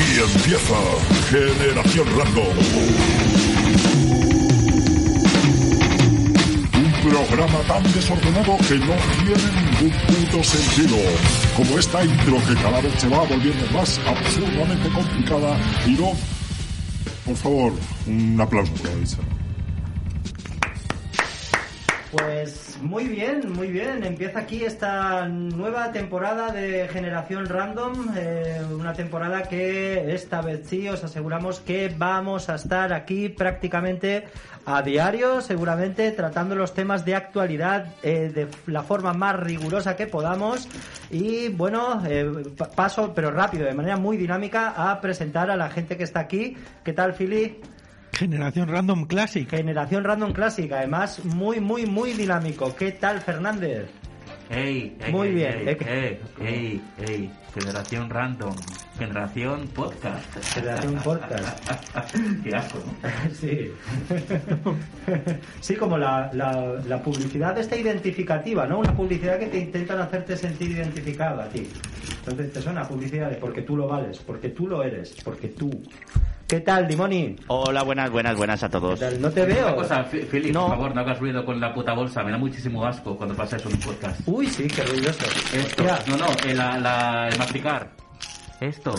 Aquí empieza Generación Random. Un programa tan desordenado que no tiene ningún puto sentido. Como esta intro que cada vez se va volviendo más absurdamente complicada. Y no... Por favor, un aplauso por eso. Pues muy bien. Empieza aquí esta nueva temporada de Generación Random, una temporada que esta vez sí os aseguramos que vamos a estar aquí prácticamente a diario, seguramente tratando los temas de actualidad de la forma más rigurosa que podamos. Y bueno, paso, pero rápido, de manera muy dinámica, a presentar a la gente que está aquí. ¿Qué tal, Fili? Generación Random Classic. Generación Random Classic, además muy dinámico. ¿Qué tal, Fernández? Muy bien. Generación Random. Generación Podcast. Generación Podcast. Qué asco, ¿no? Sí. Sí, como la publicidad esta identificativa, ¿no? Una publicidad que te intentan hacerte sentir identificado a ti. Entonces te suena publicidad de porque tú lo vales, porque tú lo eres, porque tú... ¿Qué tal, Dimoni? Hola, buenas a todos. ¿Qué tal? No te veo. Una cosa, Fili, No. por favor, no hagas ruido con la puta bolsa. Me da muchísimo asco cuando pasa eso en un podcast. Uy, sí, qué ruidoso. Esto, Hostia. el masticar. Esto.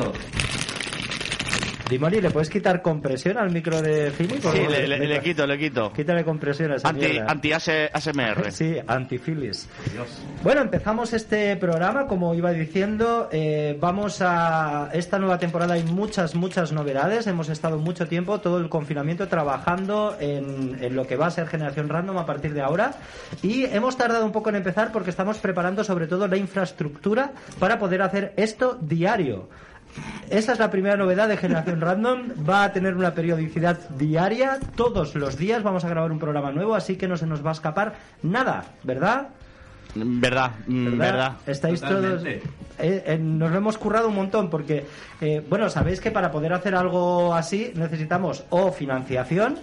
Dimoni, ¿le puedes quitar compresión al micro de Fili? Sí, le quito. Quítale compresión a esa mierda. Anti-ASMR. Sí, anti-Filis. Dios. Bueno, empezamos este programa, como iba diciendo, vamos a esta nueva temporada, hay muchas novedades, hemos estado mucho tiempo, todo el confinamiento, trabajando en lo que va a ser Generación Random a partir de ahora, y hemos tardado un poco en empezar porque estamos preparando sobre todo la infraestructura para poder hacer esto diario. Esa es la primera novedad de Generación Random. Va a tener una periodicidad diaria. Todos los días vamos a grabar un programa nuevo, así que no se nos va a escapar nada, ¿verdad? Verdad. Estáis Totalmente. todos... nos lo hemos currado un montón porque, bueno, sabéis que para poder hacer algo así necesitamos o financiación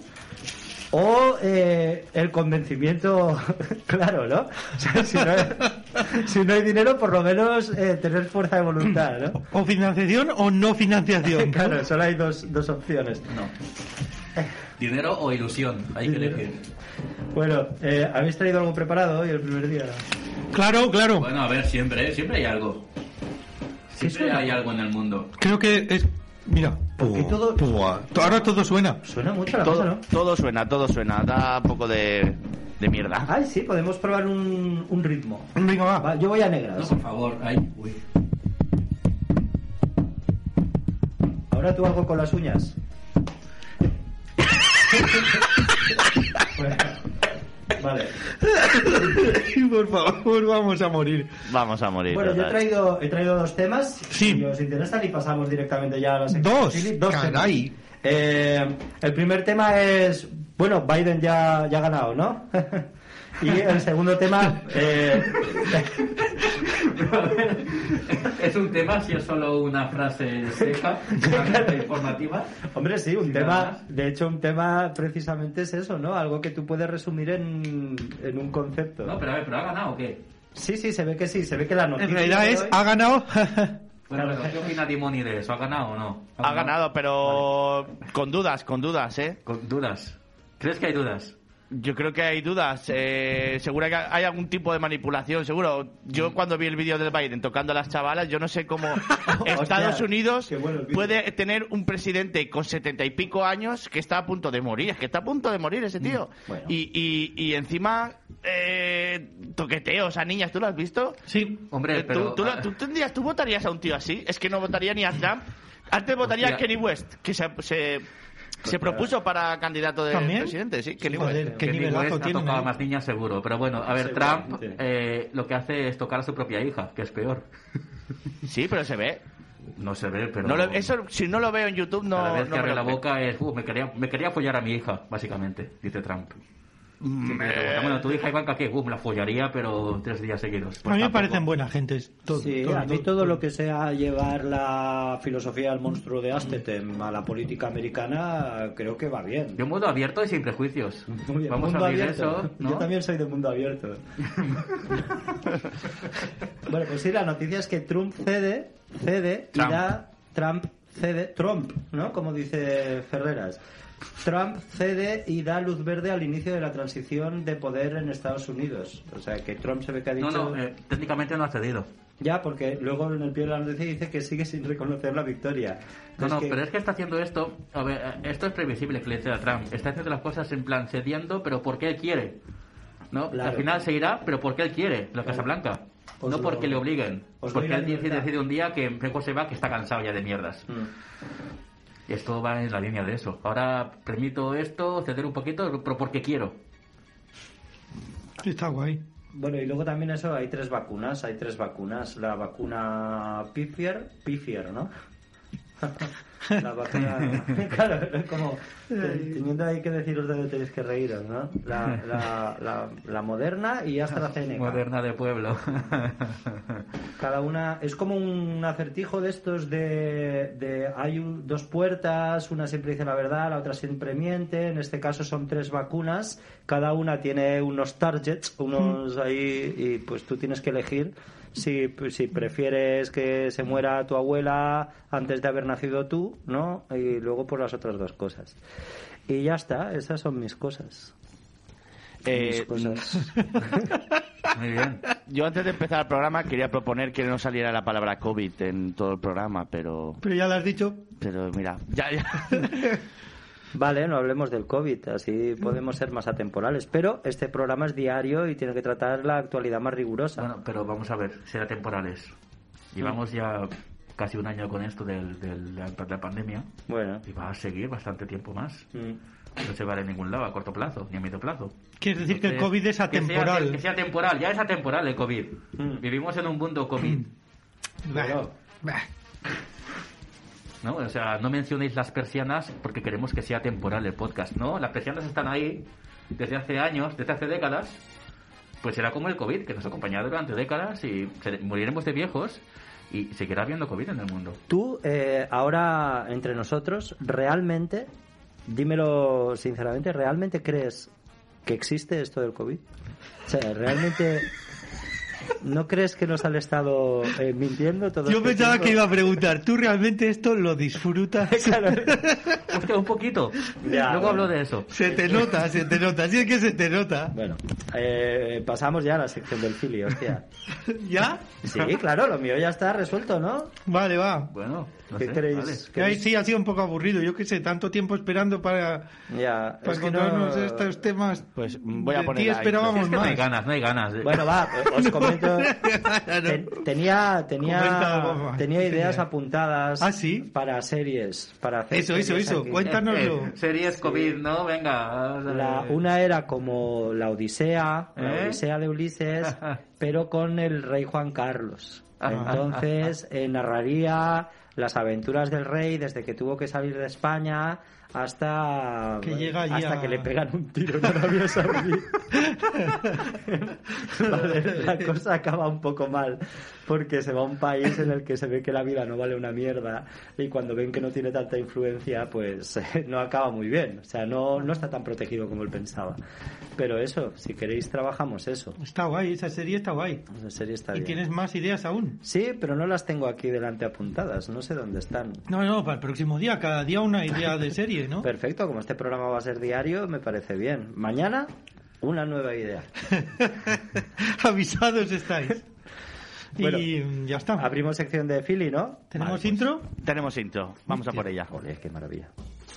o el convencimiento claro, ¿no? O sea, si no hay dinero, por lo menos tener fuerza de voluntad, ¿no? O financiación o no financiación. Claro, solo hay dos opciones. No. Dinero o ilusión, hay que elegir. Bueno, ¿habéis traído algo preparado hoy el primer día? Claro. Bueno, a ver, siempre hay algo. Siempre hay algo en el mundo. Creo que es... Mira. Porque todo... Ahora todo suena. Suena mucho la cosa, ¿no? Todo suena. Da un poco de mierda. Ay, sí, podemos probar un ritmo. Venga, va. Va, yo voy a negras. No, por favor. Ay, uy. Ahora tú algo con las uñas. Bueno, vale. Por favor, vamos a morir. Bueno, yo he traído dos temas. Sí. Si os interesan, y pasamos directamente ya a la sección. Dos. Temas. Caray. El primer tema es... Bueno, Biden ya ha ganado, ¿no? Y el segundo tema... ¿Es un tema si es solo una frase seca, informativa? Hombre, sí, un Sin tema... nada más. De hecho, un tema precisamente es eso, ¿no? Algo que tú puedes resumir en un concepto. No, pero a ver, ¿pero ha ganado o qué? Sí, se ve que sí. Se ve que la noticia... En realidad de es... hoy- Ha ganado... Bueno, pero ¿qué opina Dimoni de eso? ¿Ha ganado o no? Ha ganado, pero con dudas, ¿eh? Con dudas. ¿Crees que hay dudas? Yo creo que hay dudas. Seguro que hay algún tipo de manipulación, seguro. Yo cuando vi el vídeo del Biden tocando a las chavalas, yo no sé cómo Estados Unidos qué bueno el vídeo. puede tener un presidente con 70 y pico años que está a punto de morir. Es que está a punto de morir ese tío. Bueno. Y encima toqueteos a niñas. ¿Tú lo has visto? Sí. Hombre, pero... ¿Tú votarías a un tío así? Es que no votaría ni a Trump. Antes votaría a Hostia. Kanye West, que se propuso para candidato de ¿También? presidente, sí. Kanye Joder, West. qué Kanye nivelazo West ha tienen, tocado ¿eh? a más niñas seguro. Pero bueno, a ver, Trump lo que hace es tocar a su propia hija, que es peor. Sí, pero se ve. No se ve, pero... Eso, si no lo veo en YouTube, no. Cada vez no que me abre lo la creo. boca es... me quería follar a mi hija, básicamente, dice Trump. Siempre le preguntan, bueno, tu hija Ivanka, ¿qué? Me la follaría, pero 3 días seguidos. A mí me parecen buenas gentes. Sí, a mí todo lo que sea llevar la filosofía del monstruo de Astetem a la política americana, creo que va bien. De un mundo abierto y sin prejuicios. Muy bien, Vamos a mundo abrir abierto. eso, ¿no? Yo también soy de mundo abierto. Bueno, pues sí, la noticia es que Trump cede y da Trump cede, Trump, ¿no? Como dice Ferreras. Trump cede y da luz verde al inicio de la transición de poder en Estados Unidos. O sea, que Trump se ve que ha dicho... técnicamente no ha cedido. Ya, porque luego en el pie de la noticia dice que sigue sin reconocer la victoria. Pero es que está haciendo esto... A ver, esto es previsible que le sea a Trump. Está haciendo las cosas en plan cediendo, pero porque él quiere. ¿No? Claro. Al final se irá, pero porque él quiere, la Casa Blanca. No porque le obliguen. Porque él decide un día que mejor se va, que está cansado ya de mierdas. Y esto va en la línea de eso. Ahora permito esto, ceder un poquito, pero porque quiero. Está guay. Bueno, y luego también eso, hay tres vacunas. La vacuna Pfizer, ¿no? La vacuna... Claro, como teniendo ahí que deciros de dónde tenéis que reíros, ¿no? La Moderna y AstraZeneca. Moderna de pueblo. Cada una es como un acertijo de estos de hay dos puertas, una siempre dice la verdad, la otra siempre miente. En este caso son tres vacunas, cada una tiene unos targets, unos ahí, y pues tú tienes que elegir si prefieres que se muera tu abuela antes de haber nacido tú, ¿no? Y luego por las otras dos cosas. Y ya está, esas son mis cosas. Mis cosas. Muy bien. Yo antes de empezar el programa quería proponer que no saliera la palabra COVID en todo el programa, pero ya lo has dicho. Pero mira, ya. Vale, no hablemos del COVID, así podemos ser más atemporales. Pero este programa es diario y tiene que tratar la actualidad más rigurosa. Bueno, pero vamos a ver, será temporales. Llevamos ya casi un año con esto de la pandemia. Bueno. Y va a seguir bastante tiempo más. No se va a ningún lado a corto plazo, ni a medio plazo. Quieres decir que el COVID es atemporal. Que sea temporal, ya es atemporal el COVID. Vivimos en un mundo COVID. Bueno. ¿No? O sea, no mencionéis las persianas porque queremos que sea temporal el podcast, ¿no? Las persianas están ahí desde hace años, desde hace décadas. Pues será como el COVID, que nos ha acompañado durante décadas y moriremos de viejos y seguirá habiendo COVID en el mundo. Tú, ahora, entre nosotros, realmente, dímelo sinceramente, ¿realmente crees que existe esto del COVID? O sea, ¿realmente no crees que nos han estado mintiendo todo? Yo pensaba que iba a preguntar, ¿tú realmente esto lo disfrutas? Claro. Hostia, un poquito. Ya, luego hablo de eso. Se te nota, sí es que se te nota. Bueno, pasamos ya a la sección del Philly, hostia. ¿Ya? Sí, claro, lo mío ya está resuelto, ¿no? Vale, va. Bueno, no ¿Qué sé, queréis? vale. ¿Queréis? Sí, ha sido un poco aburrido. Yo qué sé, tanto tiempo esperando para encontrarnos estos temas. Pues voy a de poner ti ahí. esperábamos Es que más. no hay ganas. Bueno, va, os comento. Tenía Comenta, ideas apuntadas. ¿Ah, sí? Para series. Para hacer Eso. series aquí. Cuéntanoslo. Series COVID, ¿no? Venga. Una era como la Odisea de Ulises, pero con el rey Juan Carlos. Entonces narraría las aventuras del rey desde que tuvo que salir de España hasta que llega allí hasta que le pegan un tiro en Arabia Saudí. Vale, la cosa acaba un poco mal porque se va a un país en el que se ve que la vida no vale una mierda y cuando ven que no tiene tanta influencia pues no acaba muy bien, o sea, no está tan protegido como él pensaba. Pero eso, si queréis trabajamos eso. Está guay, esa serie está guay. Esa serie está ¿Y bien. tienes más ideas aún? Sí, pero no las tengo aquí delante apuntadas, no sé dónde están. No, para el próximo día, cada día una idea de serie, ¿no? Perfecto, como este programa va a ser diario, me parece bien. Mañana, una nueva idea. Avisados estáis. Bueno, y ya está. Abrimos sección de Philly, ¿no? ¿Tenemos Vale, pues, intro? Tenemos intro. Vamos a por ella. Joder, qué maravilla.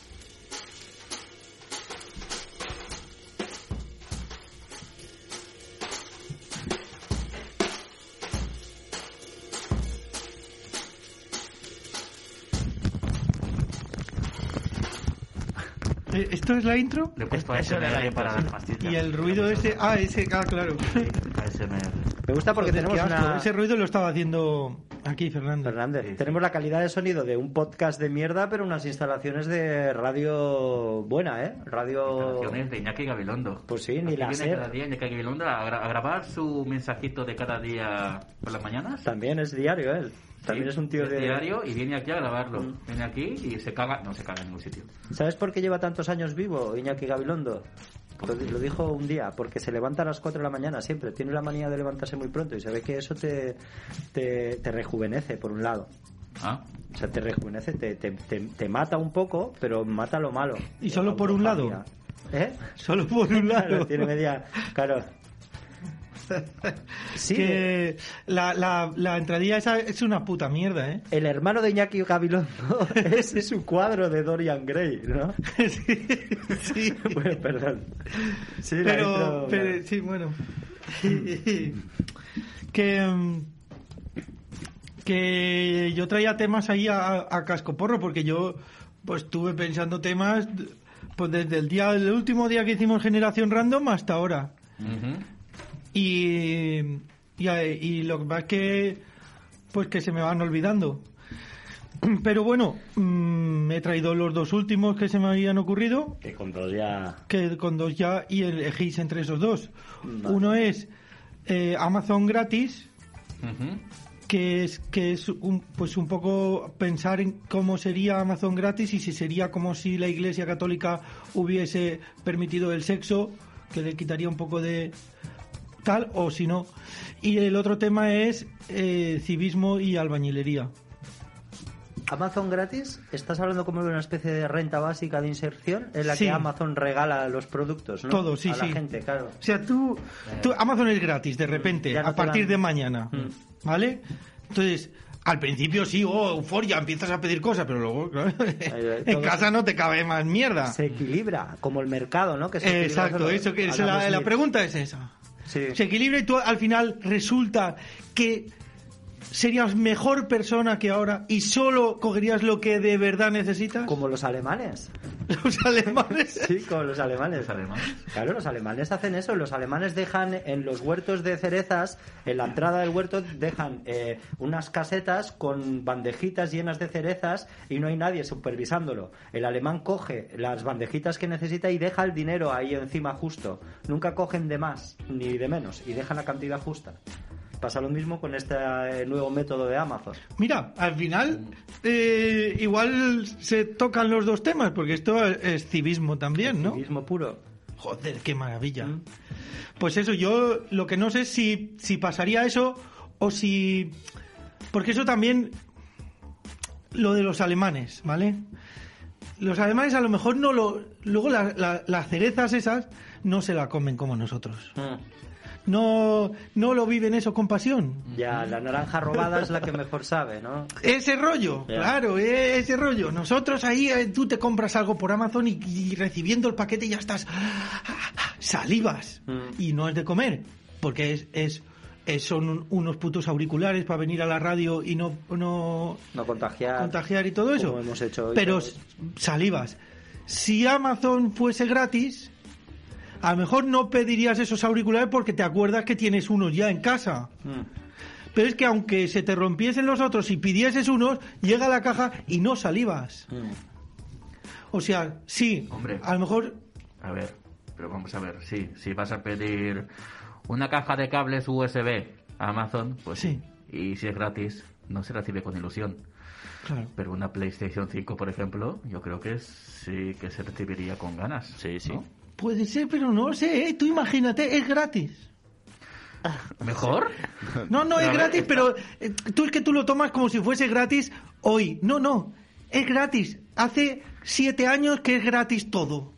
¿Esto es la intro? Le he puesto Eso era la ASMR intro, para sí. las pastillas. Y el ruido ese... claro. ASMR. Me gusta porque Joder, tenemos qué asco. una... Ese ruido lo estaba haciendo aquí Fernando. Fernández, Sí. tenemos la calidad de sonido de un podcast de mierda, pero unas instalaciones de radio buena, ¿eh? Radio... Instalaciones de Iñaki Gabilondo. Pues sí, ni Aquí la viene SER. cada día Iñaki Gabilondo a grabar su mensajito de cada día por las mañanas. También es diario él. También Sí, es un tío de... diario y viene aquí a grabarlo. Viene aquí y se caga. No se caga en ningún sitio. ¿Sabes por qué lleva tantos años vivo Iñaki Gabilondo? Lo dijo un día, porque se levanta a las 4 de la mañana siempre. Tiene la manía de levantarse muy pronto y se ve que eso te rejuvenece, por un lado. Ah, O sea, te rejuvenece, te mata un poco, pero mata lo malo. ¿Y solo por un lado? Solo por un lado. Claro, tiene media... Claro. Sí, que la entradilla esa es una puta mierda, ¿eh? El hermano de Iñaki Gabilondo ese es su cuadro de Dorian Gray, ¿no? Sí. Bueno, perdón. Sí, pero sí, bueno. que yo traía temas ahí a cascoporro, porque yo pues estuve pensando temas pues desde el último día que hicimos Generación Random hasta ahora. Uh-huh. Y lo que pasa es que pues que se me van olvidando, pero bueno, he traído los dos últimos que se me habían ocurrido, que con dos ya y elegís entre esos dos. Vale. Uno es Amazon gratis, uh-huh. que es un poco pensar en cómo sería Amazon gratis y si sería como si la Iglesia Católica hubiese permitido el sexo, que le quitaría un poco de tal, o si no. Y el otro tema es civismo y albañilería. Amazon gratis, ¿estás hablando como de una especie de renta básica de inserción en la que Amazon regala los productos, ¿no? Todo, sí, a la gente, claro. O sea, tú Amazon es gratis de repente, a partir de mañana, ¿vale? Entonces, al principio sí, euforia, empiezas a pedir cosas, pero luego, claro, en casa no te cabe más mierda. Se equilibra, como el mercado, ¿no? Exacto, eso que la pregunta es esa. Sí. Se equilibra y tú al final resulta que serías mejor persona que ahora y solo cogerías lo que de verdad necesitas. Como los alemanes. ¿Los alemanes? Sí, como los alemanes. Claro, los alemanes hacen eso. Los alemanes dejan en los huertos de cerezas, en la entrada del huerto, dejan unas casetas con bandejitas llenas de cerezas y no hay nadie supervisándolo. El alemán coge las bandejitas que necesita y deja el dinero ahí encima justo. Nunca cogen de más ni de menos y dejan la cantidad justa. Pasa lo mismo con este nuevo método de Amazon. Mira, al final igual se tocan los dos temas, porque esto es civismo también, ¿no? Civismo puro. Joder, qué maravilla. Pues eso, yo lo que no sé es si pasaría eso o si... Porque eso también... Lo de los alemanes, ¿vale? Los alemanes a lo mejor no lo... Luego las cerezas esas no se la comen como nosotros. No lo viven eso con pasión. Ya, la naranja robada es la que mejor sabe, ¿no? Ese rollo, claro, ese rollo. Nosotros ahí, tú te compras algo por Amazon y recibiendo el paquete ya estás salivas. Y no es de comer, porque son unos putos auriculares para venir a la radio y no contagiar y todo eso. Como hemos hecho hoy. Pero salivas. Si Amazon fuese gratis, a lo mejor no pedirías esos auriculares porque te acuerdas que tienes unos ya en casa. Pero es que aunque se te rompiesen los otros y pidieses unos, llega a la caja y no salivas. O sea, sí, hombre, a lo mejor... A ver, pero vamos a ver, sí, si vas a pedir una caja de cables USB a Amazon, pues sí. Y si es gratis, no se recibe con ilusión. Claro. Pero una PlayStation 5, por ejemplo, yo creo que sí que se recibiría con ganas. Sí, sí. ¿No? Puede ser, pero no lo sé, ¿eh? Tú imagínate, es gratis. ¿Mejor? No, es gratis, pero tú es que tú lo tomas como si fuese gratis hoy. No, es gratis. Hace 7 años que es gratis todo.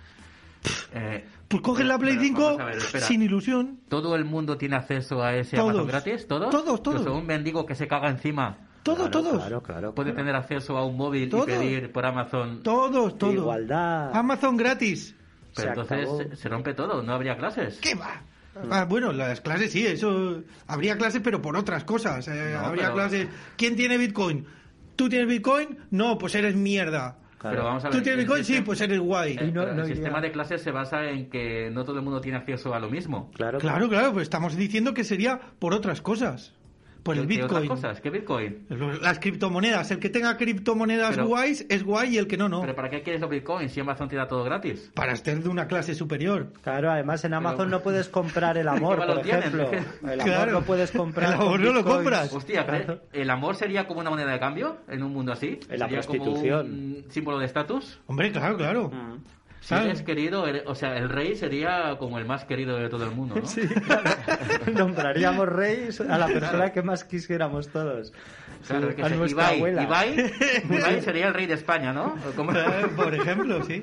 Pues coges la Play 5 sin ilusión. ¿Todo el mundo tiene acceso a ese Amazon gratis? ¿Todos? Todos. Incluso un mendigo que se caga encima. Todos. Claro. Puede tener acceso a un móvil y pedir por Amazon. Todos. Igualdad. Amazon gratis. Pero entonces se rompe todo, no habría clases. ¿Qué va? Bueno, las clases sí, eso... Habría clases, pero por otras cosas. Habría clases... ¿Quién tiene Bitcoin? ¿Tú tienes Bitcoin? No, pues eres mierda. Claro. Pero vamos a ver, ¿tú tienes Bitcoin? Sí, pues eres guay. El sistema de clases se basa en que no todo el mundo tiene acceso a lo mismo. Claro, pues estamos diciendo que sería por otras cosas. Por el Bitcoin. ¿Qué otras cosas? ¿Qué Bitcoin? Las criptomonedas. El que tenga criptomonedas guays es guay y el que no. ¿Pero para qué quieres los Bitcoin si Amazon te da todo gratis? Para estar de una clase superior. Claro, además en Amazon no puedes comprar el amor, por ejemplo. El amor no puedes comprar. El amor no lo compras. Hostia, claro. ¿El amor sería como una moneda de cambio en un mundo así? En la prostitución. Como un símbolo de estatus. Hombre, claro. Si eres querido, o sea, el rey sería como el más querido de todo el mundo, ¿no? Sí, claro. Nombraríamos rey a la persona que más quisiéramos todos. Claro, que a es nuestra abuela. Ibai sería el rey de España, ¿no? Por ejemplo, sí.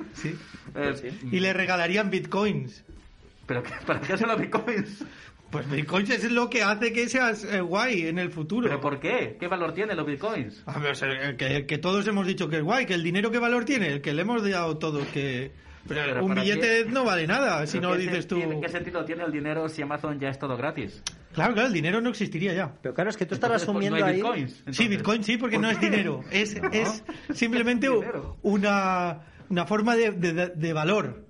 Y le regalarían bitcoins. ¿Pero para qué son los bitcoins? Pues bitcoins es lo que hace que seas guay en el futuro. ¿Pero por qué? ¿Qué valor tienen los bitcoins? A ver, o sea, que todos hemos dicho que es guay, que el dinero ¿qué valor tiene? El que le hemos dado todos que... Pero un billete no vale nada si no dices tú... ¿Qué sentido tiene el dinero si Amazon ya es todo gratis? Claro, el dinero no existiría ya. Pero claro, es que tú estás asumiendo ¿no hay ahí... bitcoins? Entonces... Sí, bitcoin sí, porque no es dinero. Es simplemente una forma de valor.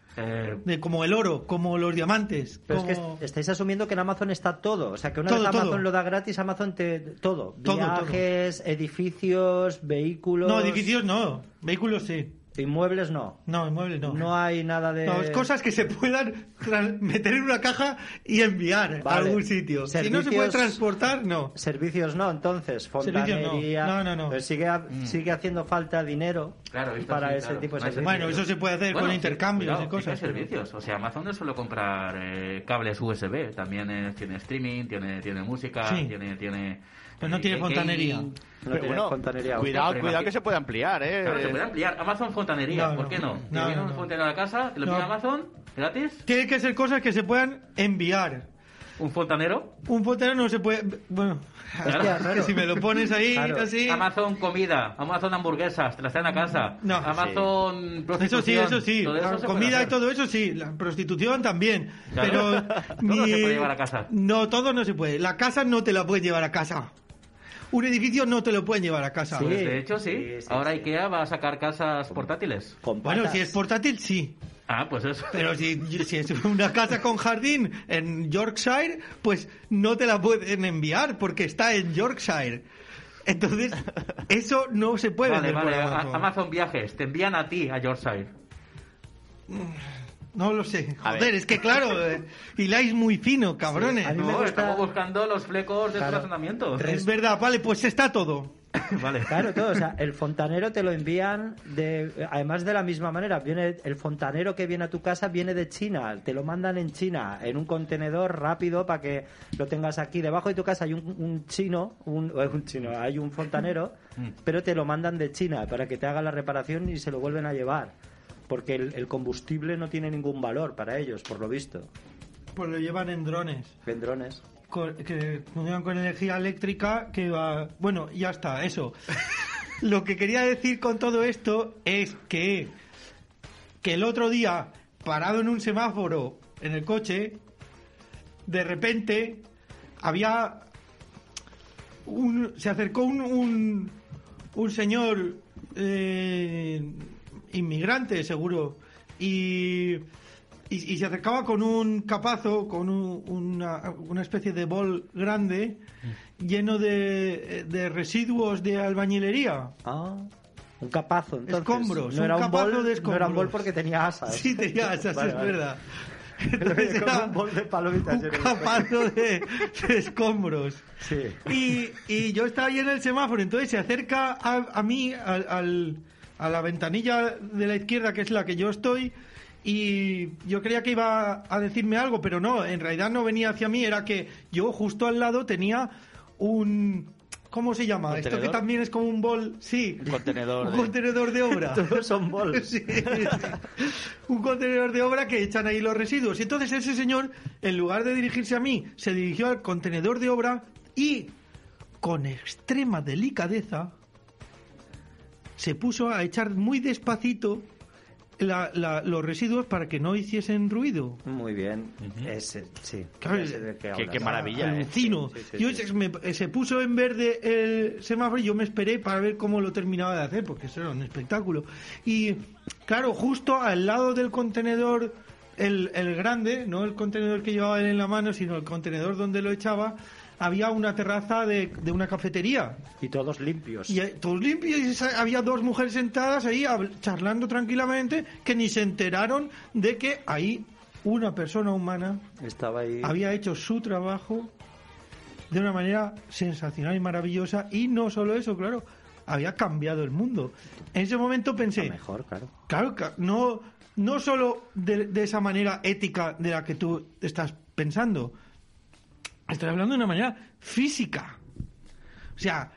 Como el oro, como los diamantes. Pero es que estáis asumiendo que en Amazon está todo. O sea, que una vez Amazon lo da gratis, Amazon todo. Viajes, edificios, vehículos... No, edificios no. Vehículos sí. Inmuebles no. No, inmuebles no. No hay nada de... No, es cosas que se puedan meter en una caja y enviar a algún sitio. Si no se puede transportar, no. Servicios no, entonces. Fontanería... No. Pero sigue haciendo falta dinero para ese tipo de servicios. Bueno, eso se puede hacer con intercambios y cosas. Servicios. O sea, Amazon no solo comprar cables USB. También tiene streaming, tiene música, tiene... Pero no tiene fontanería. Fontanería. Cuidado que se puede ampliar, Claro, se puede ampliar. Amazon fontanería, ¿por qué no? ¿Te viene un fontanero a la casa? ¿Lo pide Amazon? ¿Gratis? Tiene que ser cosas que se puedan enviar. ¿Un fontanero? Un fontanero no se puede... Bueno, claro. Si me lo pones ahí así... Amazon comida, Amazon hamburguesas, te las traen a casa. No. Amazon prostitución. Eso sí. Comida y todo eso sí. La prostitución también. Claro. Pero todo se puede llevar a casa. No, todo no se puede. La casa no te la puedes llevar a casa. Un edificio no te lo pueden llevar a casa. Sí. Pues de hecho sí. Ahora IKEA va a sacar casas portátiles. Bueno, si es portátil, sí. Ah, pues eso. Pero si es una casa con jardín en Yorkshire, pues no te la pueden enviar porque está en Yorkshire. Entonces, eso no se puede hacer por Amazon. Amazon Viajes, te envían a ti a Yorkshire. No lo sé. Joder, es que claro, hiláis muy fino, cabrones. Sí, a mí me gusta... Estamos buscando los flecos de razonamiento. Es verdad, vale, pues está todo. Vale. Claro, todo. O sea, el fontanero te lo envían además de la misma manera. El fontanero que viene a tu casa viene de China. Te lo mandan en China, en un contenedor rápido para que lo tengas aquí. Debajo de tu casa hay un chino, hay un fontanero, pero te lo mandan de China para que te haga la reparación y se lo vuelven a llevar. Porque el combustible no tiene ningún valor para ellos, por lo visto. Pues lo llevan en drones. En drones. Que funcionan con energía eléctrica, que va... Bueno, ya está, eso. Lo que quería decir con todo esto es que el otro día, parado en un semáforo en el coche, de repente se acercó un señor inmigrante, seguro, y se acercaba con un capazo, con una especie de bol grande lleno de residuos de albañilería. Un capazo, entonces. Escombros, no era un capazo bol, de escombros. No era un bol porque tenía asas. Sí, tenía asas, vale. Verdad. Entonces era un bol de palomitas. Un capazo de escombros. Sí. Y yo estaba ahí en el semáforo, entonces se acerca a mí, a la ventanilla de la izquierda, que es la que yo estoy, y yo creía que iba a decirme algo, pero no, en realidad no venía hacia mí, era que yo justo al lado tenía un... ¿Cómo se llama? ¿Contenedor? Esto que también es como un bol... Sí, un contenedor contenedor de obra. Todos son bols. Sí. Un contenedor de obra que echan ahí los residuos. Y entonces ese señor, en lugar de dirigirse a mí, se dirigió al contenedor de obra y, con extrema delicadeza, se puso a echar muy despacito los residuos para que no hiciesen ruido. Muy bien. Sí. Claro, qué maravilla. Alucino. Se puso en verde el semáforo y yo me esperé para ver cómo lo terminaba de hacer, porque eso era un espectáculo. Y claro, justo al lado del contenedor, el grande, no el contenedor que llevaba él en la mano, sino el contenedor donde lo echaba, había una terraza de una cafetería. Y todos limpios. Y todos limpios, y había dos mujeres sentadas ahí charlando tranquilamente, que ni se enteraron de que ahí una persona humana estaba ahí. Había hecho su trabajo de una manera sensacional y maravillosa. Y no solo eso, claro, había cambiado el mundo. En ese momento pensé... Mejor, claro. Claro, no solo de esa manera ética de la que tú estás pensando. Estoy hablando de una manera física. O sea,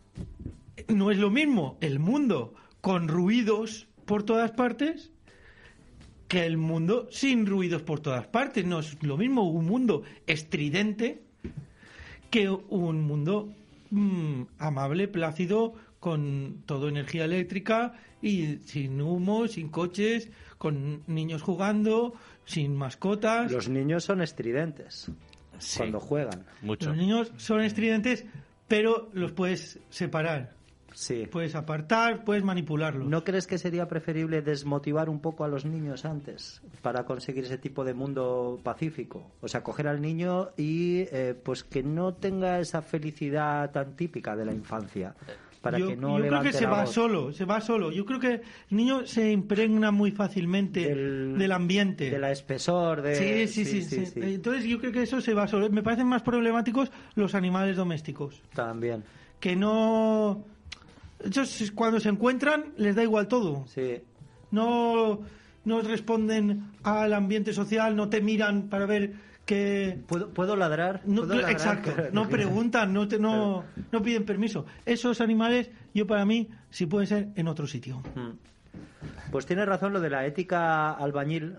no es lo mismo el mundo con ruidos por todas partes que el mundo sin ruidos por todas partes. No es lo mismo un mundo estridente que un mundo amable, plácido, con todo energía eléctrica y sin humo, sin coches, con niños jugando, sin mascotas. Los niños son estridentes cuando juegan. Mucho. Los niños son estridentes, pero los puedes separar. Sí. Puedes apartar, puedes manipularlos. ¿No crees que sería preferible desmotivar un poco a los niños antes para conseguir ese tipo de mundo pacífico? O sea, coger al niño y pues que no tenga esa felicidad tan típica de la infancia. Para yo que no creo que levante se la va voz. solo. Yo creo que el niño se impregna muy fácilmente del ambiente. De la espesor. Sí. Entonces yo creo que eso se va solo. Me parecen más problemáticos los animales domésticos. También. Que no... Ellos cuando se encuentran les da igual todo. Sí. No responden al ambiente social, no te miran para ver que... ¿Puedo ladrar? No, ¿Puedo ladrar? exacto, no preguntan, no piden permiso. Esos animales, yo para mí, sí pueden ser en otro sitio. Pues tienes razón lo de la ética albañil.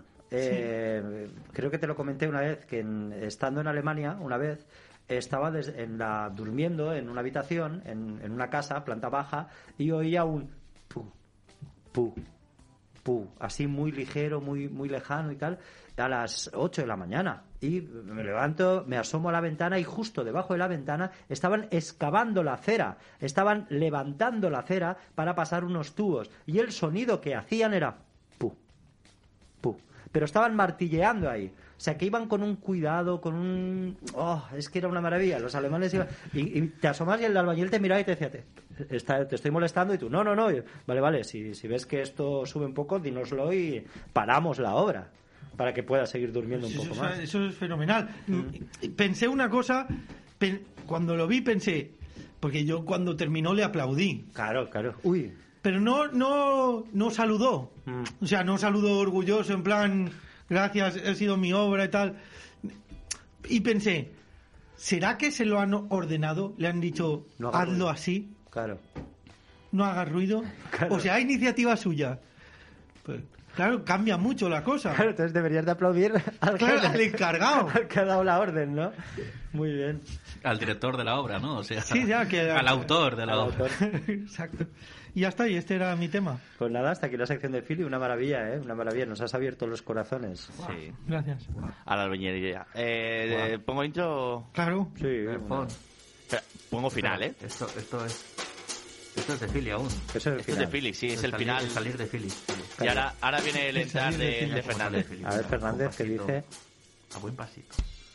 Creo que te lo comenté una vez, que estando en Alemania, una vez, estaba durmiendo en una habitación, en una casa, planta baja, y oía un pu, pu, pu, así muy ligero, muy, muy lejano y tal, a las 8 de la mañana. Y me levanto, me asomo a la ventana y justo debajo de la ventana estaban excavando la acera, estaban levantando la acera para pasar unos tubos. Y el sonido que hacían era pu, pu. Pero estaban martilleando ahí. O sea, que iban con un cuidado, con un... Oh, es que era una maravilla. Los alemanes iban... Y te asomas y el albañil te miraba y te decía, te estoy molestando, y tú, no. Vale, si ves que esto sube un poco, dínoslo y paramos la obra para que puedas seguir durmiendo un poco más. Eso es fenomenal. Pensé una cosa, cuando lo vi pensé, porque yo cuando terminó le aplaudí. Claro. Uy. Pero no saludó. O sea, no saludó orgulloso, en plan... Gracias, ha sido mi obra y tal. Y pensé, ¿será que se lo han ordenado? Le han dicho, no haga hazlo ruido. así. Claro. No haga ruido. Claro. O sea, iniciativa suya. Pues, claro, cambia mucho la cosa. Claro, entonces deberías de aplaudir al encargado. Al que ha dado la orden, ¿no? Muy bien. Al director de la obra, ¿no? O sea, Sí, ya que... al autor de la obra. Exacto. Y ya está, y este era mi tema. Pues nada, hasta aquí la sección de Philly. Una maravilla, ¿eh? Una maravilla. Nos has abierto los corazones. Sí. Gracias. A la albañilería. ¿Pongo intro? Claro. Sí. Espera, pongo final, ¿eh? Esto es de Philly aún. Eso es el Esto es final. de Philly, sí, es el final. Salir de Philly. Y ahora viene el entrar de Fernández. A ver, Fernández, ¿qué dice? A buen pasito.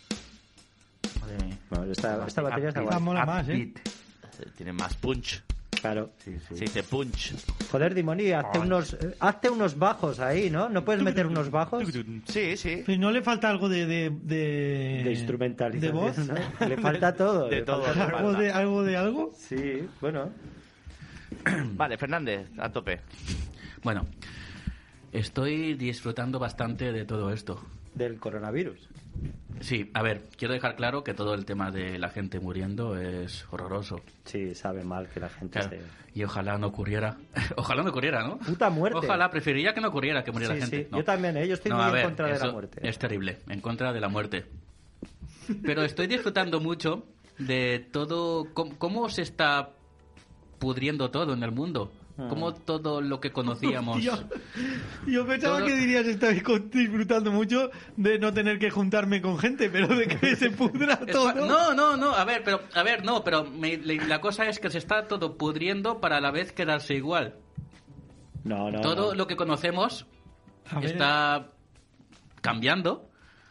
Bueno, esta batería está Ah, guay. mola más, ¿eh? Tiene más punch. Claro. Sí. Se dice punch. Joder, Dimoni, hazte unos bajos ahí, ¿no? ¿No puedes meter unos bajos? Sí. Pues no le falta algo de instrumentalización, de voz. ¿no? Le falta todo. De le todo. falta ¿Algo de algo? Sí, bueno. Vale, Fernández, a tope. Bueno, estoy disfrutando bastante de todo esto. Del coronavirus. Sí, a ver, quiero dejar claro que todo el tema de la gente muriendo es horroroso. Sí, sabe mal que la gente Claro, esté... y ojalá no ocurriera. Ojalá no ocurriera, ¿no? Puta muerte. Ojalá, preferiría que no ocurriera que muriera Sí, gente. sí. No. Yo también, ¿eh? Yo estoy muy a en ver, contra de la eso muerte. Es terrible, en contra de la muerte. Pero estoy disfrutando mucho de todo, cómo se está pudriendo todo en el mundo. Cómo todo lo que conocíamos... Hostia, yo pensaba Todo- que dirías estáis disfrutando mucho de no tener que juntarme con gente, pero de que se pudra todo. No, a ver, pero la cosa es que se está todo pudriendo para a la vez quedarse igual. No. Todo lo que conocemos A ver, está cambiando.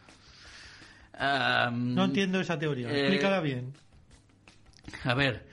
no entiendo esa teoría. Explícala bien. A ver,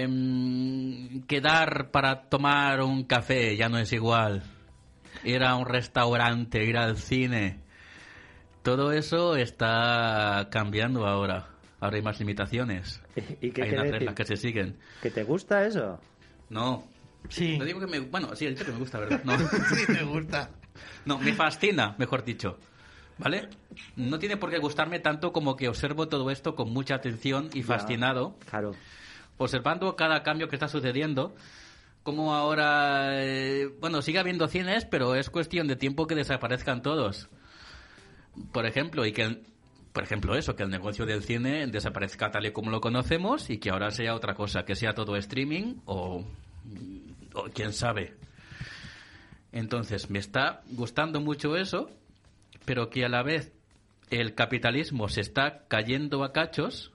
quedar para tomar un café ya no es igual. Ir a un restaurante, ir al cine. Todo eso está cambiando ahora. Ahora hay más limitaciones. ¿Y qué Hay quiere unas decir? reglas que se siguen. ¿Que te gusta eso? No. Sí. No digo que bueno, sí, he dicho que me gusta, ¿verdad? No. Sí, me gusta. No, me fascina, mejor dicho. ¿Vale? No tiene por qué gustarme tanto como que observo todo esto con mucha atención y fascinado. Claro. Observando cada cambio que está sucediendo. Como ahora... bueno, sigue habiendo cines, pero es cuestión de tiempo que desaparezcan todos. Por ejemplo, eso, que el negocio del cine desaparezca tal y como lo conocemos y que ahora sea otra cosa, que sea todo streaming o quién sabe. Entonces, me está gustando mucho eso, pero que a la vez el capitalismo se está cayendo a cachos,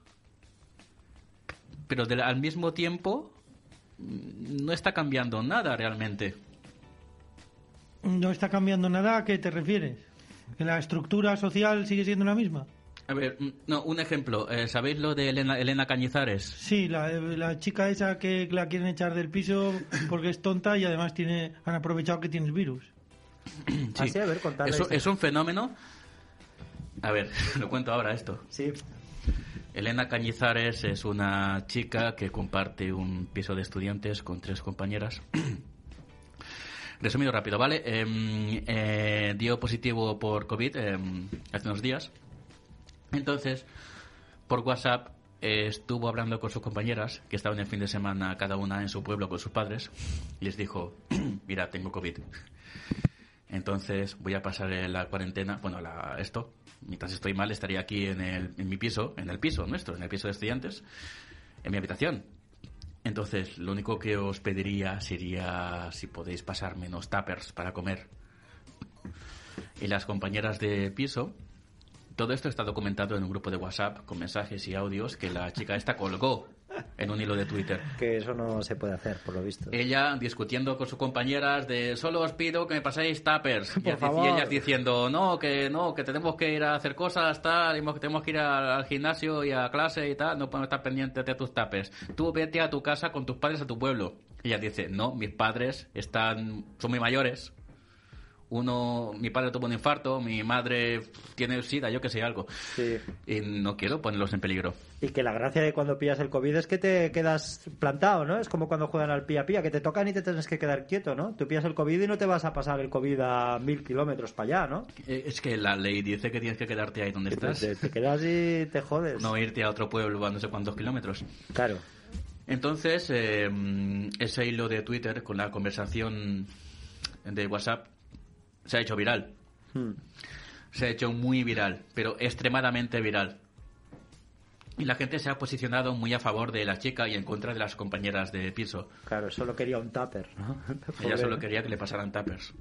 pero al mismo tiempo no está cambiando nada realmente. ¿No está cambiando nada? ¿A qué te refieres? ¿Que la estructura social sigue siendo la misma? A ver, no, un ejemplo. ¿Sabéis lo de Elena Cañizares? Sí, la chica esa que la quieren echar del piso porque es tonta y además han aprovechado que tienes virus. Sí. Así, a ver, contadme Eso eso. es un fenómeno. A ver, lo cuento ahora esto. Sí. Elena Cañizares es una chica que comparte un piso de estudiantes con 3 compañeras. Resumido rápido, ¿vale? Dio positivo por COVID hace unos días. Entonces, por WhatsApp estuvo hablando con sus compañeras, que estaban el fin de semana cada una en su pueblo con sus padres, y les dijo, mira, tengo COVID. Entonces voy a pasar la cuarentena, mientras estoy mal estaría aquí en el piso nuestro, en el piso de estudiantes, en mi habitación. Entonces, lo único que os pediría sería si podéis pasarme unos tuppers para comer. Y las compañeras de piso, todo esto está documentado en un grupo de WhatsApp con mensajes y audios que la chica esta colgó en un hilo de Twitter. Que eso no se puede hacer, por lo visto. Ella discutiendo con sus compañeras de solo os pido que me paséis tuppers. Por favor. Y ellas diciendo que tenemos que ir a hacer cosas, tal, que tenemos que ir al gimnasio y a clase y tal, no podemos estar pendientes de tus tuppers. Tú vete a tu casa con tus padres a tu pueblo. Y ella dice, no, mis padres son muy mayores. Mi padre tuvo un infarto, mi madre tiene sida, yo que sé, algo. Sí. Y no quiero ponerlos en peligro. Y que la gracia de cuando pillas el COVID es que te quedas plantado, ¿no? Es como cuando juegan al pía, que te tocan y te tienes que quedar quieto, ¿no? Tú pillas el COVID y no te vas a pasar el COVID a 1000 kilómetros para allá, ¿no? Es que la ley dice que tienes que quedarte ahí donde estás. Te quedas y te jodes. No irte a otro pueblo a no sé cuántos kilómetros. Claro. Entonces, ese hilo de Twitter con la conversación de WhatsApp se ha hecho viral. Se ha hecho muy viral, pero extremadamente viral. Y la gente se ha posicionado muy a favor de la chica y en contra de las compañeras de piso. Claro, solo quería un tupper, ¿no? Ella solo quería que le pasaran tuppers.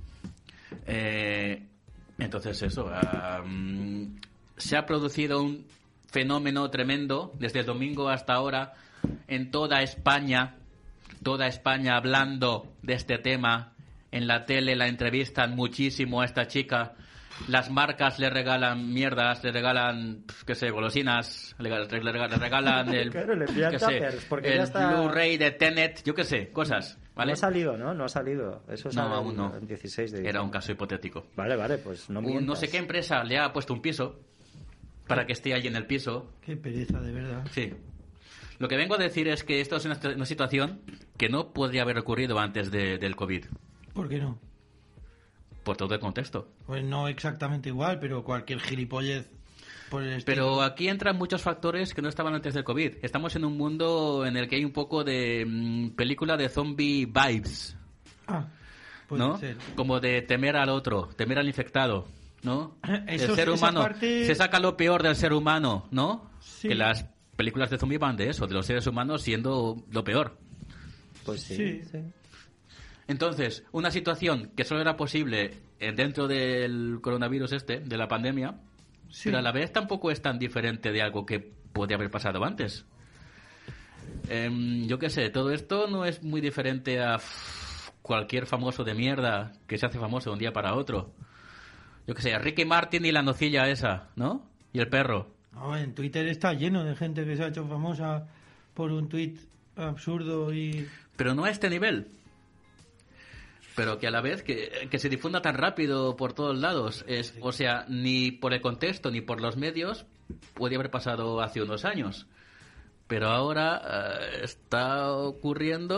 Entonces eso, se ha producido un fenómeno tremendo desde el domingo hasta ahora en toda España hablando de este tema. En la tele la entrevistan muchísimo a esta chica. Las marcas le regalan mierdas, le regalan, qué sé, golosinas, le regalan el, claro, le envían tuppers, porque el ya está... Blu-ray de Tenet, yo qué sé, cosas, ¿vale? No ha salido, ¿no? No ha salido. Eso sale No, aún no. el 16 de diciembre. Era un caso hipotético. Vale, pues no mientas. No sé qué empresa le ha puesto un piso para que esté allí en el piso. Qué pereza, de verdad. Sí. Lo que vengo a decir es que esto es una situación que no podría haber ocurrido antes del COVID. ¿Por qué no? Por todo el contexto. Pues no exactamente igual, pero cualquier gilipollez por el estilo. Pero aquí entran muchos factores que no estaban antes del COVID. Estamos en un mundo en el que hay un poco de película de zombie vibes. Puede ¿no? ser. Como de temer al otro, temer al infectado, ¿no? El Eso, ser esa humano parte... se saca lo peor del ser humano, ¿no? Sí. Que las películas de zombie van de eso, de los seres humanos siendo lo peor. Pues sí. Entonces, una situación que solo era posible dentro del coronavirus de la pandemia, pero a la vez tampoco es tan diferente de algo que podía haber pasado antes. Yo qué sé, todo esto no es muy diferente a cualquier famoso de mierda que se hace famoso de un día para otro. Yo qué sé, Ricky Martin y la nocilla esa, ¿no? Y el perro. No, en Twitter está lleno de gente que se ha hecho famosa por un tuit absurdo y... Pero no a este nivel. Pero que a la vez que se difunda tan rápido por todos lados. O sea, ni por el contexto ni por los medios podía haber pasado hace unos años. Pero ahora está ocurriendo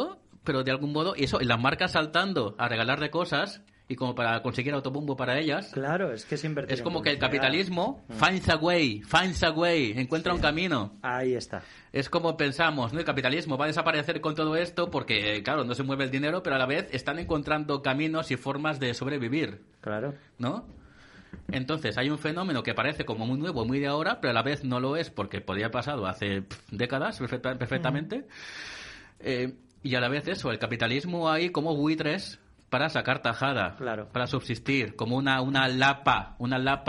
pero de algún modo, y eso, y las marcas saltando a regalarle cosas y como para conseguir autobombo para ellas. Claro, es que es invertir. Es en como que el publicidad. capitalismo finds a way, encuentra un camino. Ahí está. Es como pensamos, ¿no? El capitalismo va a desaparecer con todo esto porque, claro, no se mueve el dinero, pero a la vez están encontrando caminos y formas de sobrevivir, Claro. ¿no? Entonces hay un fenómeno que parece como muy nuevo, muy de ahora, pero a la vez no lo es porque podría haber pasado hace décadas perfectamente. Y a la vez eso, el capitalismo hay como buitres para sacar tajada, Claro. para subsistir, como una lapa,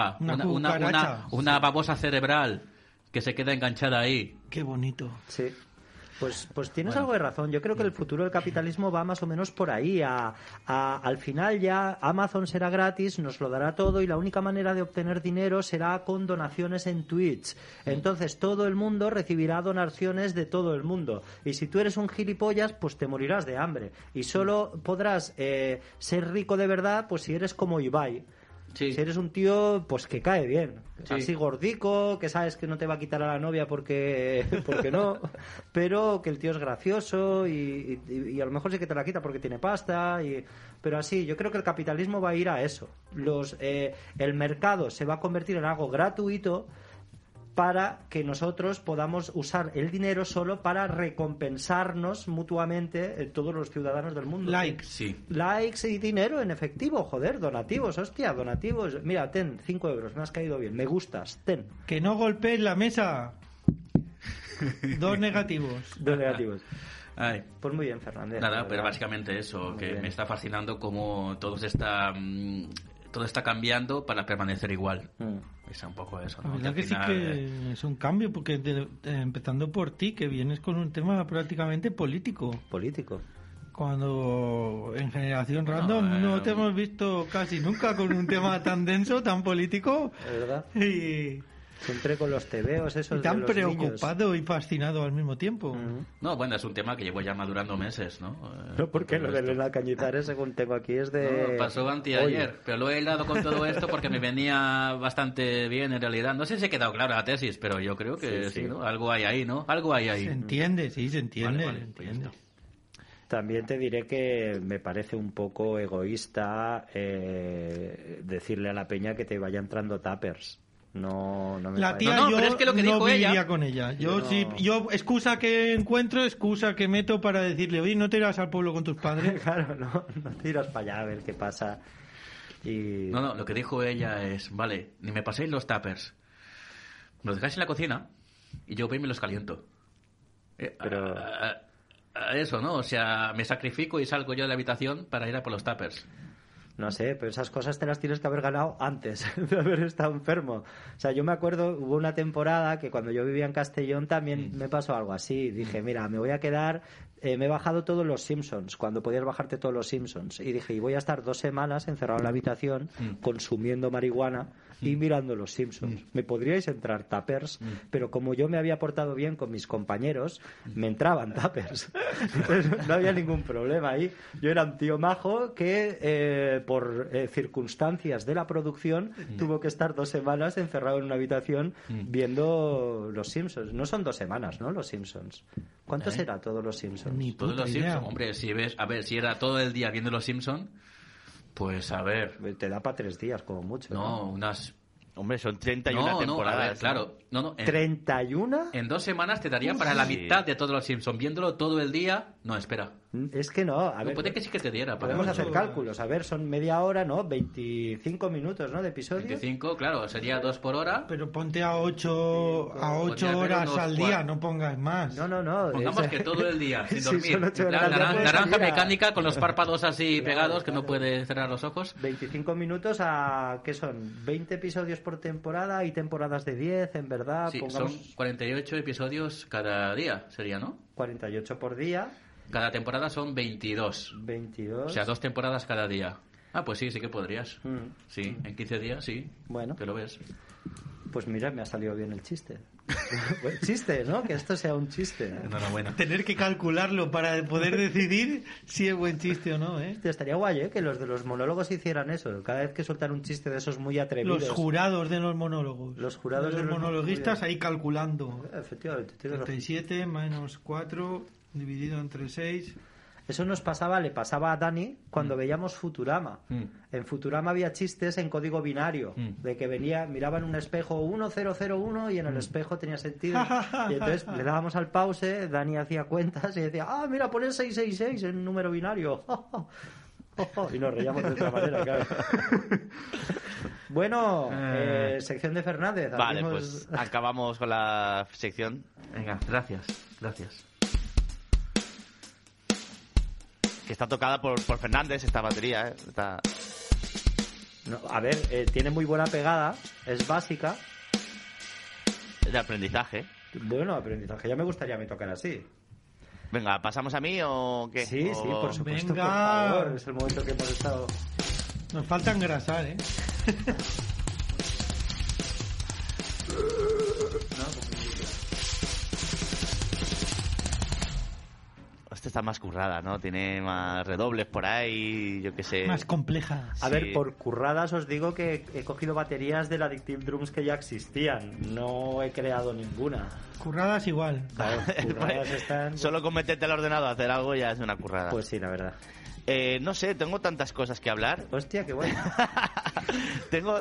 una babosa cerebral que se queda enganchada ahí. Qué bonito. Sí. Pues tienes algo de razón. Yo creo que el futuro del capitalismo va más o menos por ahí. Al final ya Amazon será gratis, nos lo dará todo y la única manera de obtener dinero será con donaciones en Twitch. Entonces todo el mundo recibirá donaciones de todo el mundo. Y si tú eres un gilipollas, pues te morirás de hambre. Y solo podrás ser rico de verdad pues si eres como Ibai. Sí. Si eres un tío pues que cae bien, Sí. así gordico, que sabes que no te va a quitar a la novia porque no, pero que el tío es gracioso y a lo mejor sí que te la quita porque tiene pasta, pero así, yo creo que el capitalismo va a ir a eso. El mercado se va a convertir en algo gratuito para que nosotros podamos usar el dinero solo para recompensarnos mutuamente todos los ciudadanos del mundo. Likes. Sí. Likes y dinero en efectivo, joder, donativos, hostia, donativos. Mira, ten, 5 euros, me has caído bien, me gustas, ten. Que no golpees la mesa. 2 negativos. 2 negativos. Ay. Pues muy bien, Fernández. Nada, la pero verdad. básicamente eso, Muy que bien. me está fascinando cómo todo está cambiando para permanecer igual. Es un poco eso, La ¿no? verdad Que que al sí final, que es un cambio, porque empezando por ti, que vienes con un tema prácticamente político. Político. Cuando en Generación Random no te hemos visto casi nunca con un tema tan denso, tan político ¿Es verdad? y Siempre con los tebeos esos tan de los niños. preocupado y fascinado al mismo tiempo. No, bueno, es un tema que llevo ya madurando meses, ¿no? No, porque lo de Todo esto. Elena Cañizares, según tengo aquí, es de... No, pasó anteayer, Oye. pero lo he hilado con todo esto porque me venía bastante bien en realidad. No sé si ha quedado clara la tesis, pero yo creo que sí, ¿no? Algo hay ahí, ¿no? Algo hay ahí. Se entiende, sí, se entiende. Vale, se pues entiende. ya está. También te diré que me parece un poco egoísta decirle a la peña que te vaya entrando tuppers. No me La parece. tía No, yo pero es que lo que no dijo viviría ella- con ella. Yo No. sí, yo excusa que encuentro, excusa que meto para decirle, oye, ¿no te irás al pueblo con tus padres? Claro, no tiras para allá a ver qué pasa. Y... No, lo que dijo ella es, vale, ni me paséis los tuppers. Me los dejáis en la cocina y yo voy y me los caliento. Pero- A eso, ¿no? O sea, me sacrifico y salgo yo de la habitación para ir a por los tuppers. No sé, pero esas cosas te las tienes que haber ganado antes de haber estado enfermo. O sea, yo me acuerdo, hubo una temporada que cuando yo vivía en Castellón también me pasó algo así. Dije, mira, me voy a quedar... me he bajado todos los Simpsons, cuando podías bajarte todos los Simpsons. Y dije, y voy a estar 2 semanas encerrado en la habitación consumiendo marihuana y mirando los Simpsons. Me podríais entrar tuppers, pero como yo me había portado bien con mis compañeros, me entraban tuppers. Entonces, no había ningún problema ahí. Yo era un tío majo que por circunstancias de la producción tuvo que estar 2 semanas encerrado en una habitación viendo los Simpsons. No son 2 semanas, ¿no? Los Simpsons. ¿Cuánto será todos los Simpsons? Ni Todos puta los idea. Simpsons, hombre, si ves, a ver, si era todo el día viendo los Simpsons, pues a ver, Te da para 3 días, como mucho. no, unas... Hombre, son 31 No, a temporadas. ver, claro, no, en, ¿31? en 2 semanas te daría para la Sí. mitad de todos los Simpsons, viéndolo todo el día, no, espera. Es que no, a No, ver. puede que sí que te diera. Para Podemos ocho. hacer cálculos. A ver, son media hora, ¿no? 25 minutos, ¿no? De episodio. 25, claro, sería 2 por hora. Pero ponte a 8 Podría haber horas unos al día, cuatro. no pongas más. No. Pongamos es- que todo el día, sin Sí, dormir. son 8 En horas plan, al día, puedes naranja salir a- mecánica con los párpados así Claro, pegados que no claro. puede cerrar los ojos. 25 minutos a... ¿Qué son? 20 episodios por temporada y temporadas de 10, en verdad. Sí, Pongamos son 48 episodios cada día, sería, ¿no? 48 por día, Cada temporada son 22. 22. O sea, 2 temporadas cada día. Ah, pues sí, sí que podrías. Mm. Sí, en 15 días, sí. Bueno. Te lo ves. Pues mira, me ha salido bien el chiste. Buen chiste, ¿no? Que esto sea un chiste. Enhorabuena. Tener que calcularlo para poder decidir si es buen chiste o no, ¿eh? Hostia, estaría guay, ¿eh? Que los de los monólogos hicieran eso. Cada vez que sueltan un chiste de esos muy atrevidos. Los jurados de los monólogos. Los jurados de de los los monologuistas muy ahí calculando. Efectivamente, tienes razón. 37 menos 4 dividido entre 6. Eso le pasaba a Dani cuando veíamos Futurama. En Futurama había chistes en código binario, de que miraba en un espejo 1001 y en el espejo tenía sentido. Y entonces le dábamos al pause, Dani hacía cuentas y decía, mira, pon el 666 en número binario. Y nos reíamos de otra manera, claro. Bueno, sección de Fernández. Vale, pues acabamos con la sección. Venga, gracias. Que está tocada por Fernández esta batería, Está... No, a ver, tiene muy buena pegada, es básica. Es de aprendizaje. Bueno, aprendizaje. Ya me gustaría a mí tocar así. Venga, ¿pasamos a mí o qué? Sí, por supuesto. Venga. Por favor, es el momento que hemos estado... Nos falta engrasar, Esta está más currada, ¿no? Tiene más redobles por ahí, yo qué sé. Más complejas. A ver, por curradas os digo que he cogido baterías del Addictive Drums que ya existían. No he creado ninguna. Curradas igual. Claro, curradas están... Solo con meterte al ordenador a hacer algo ya es una currada. Pues sí, la verdad. No sé, tengo tantas cosas que hablar. Hostia, qué bueno. tengo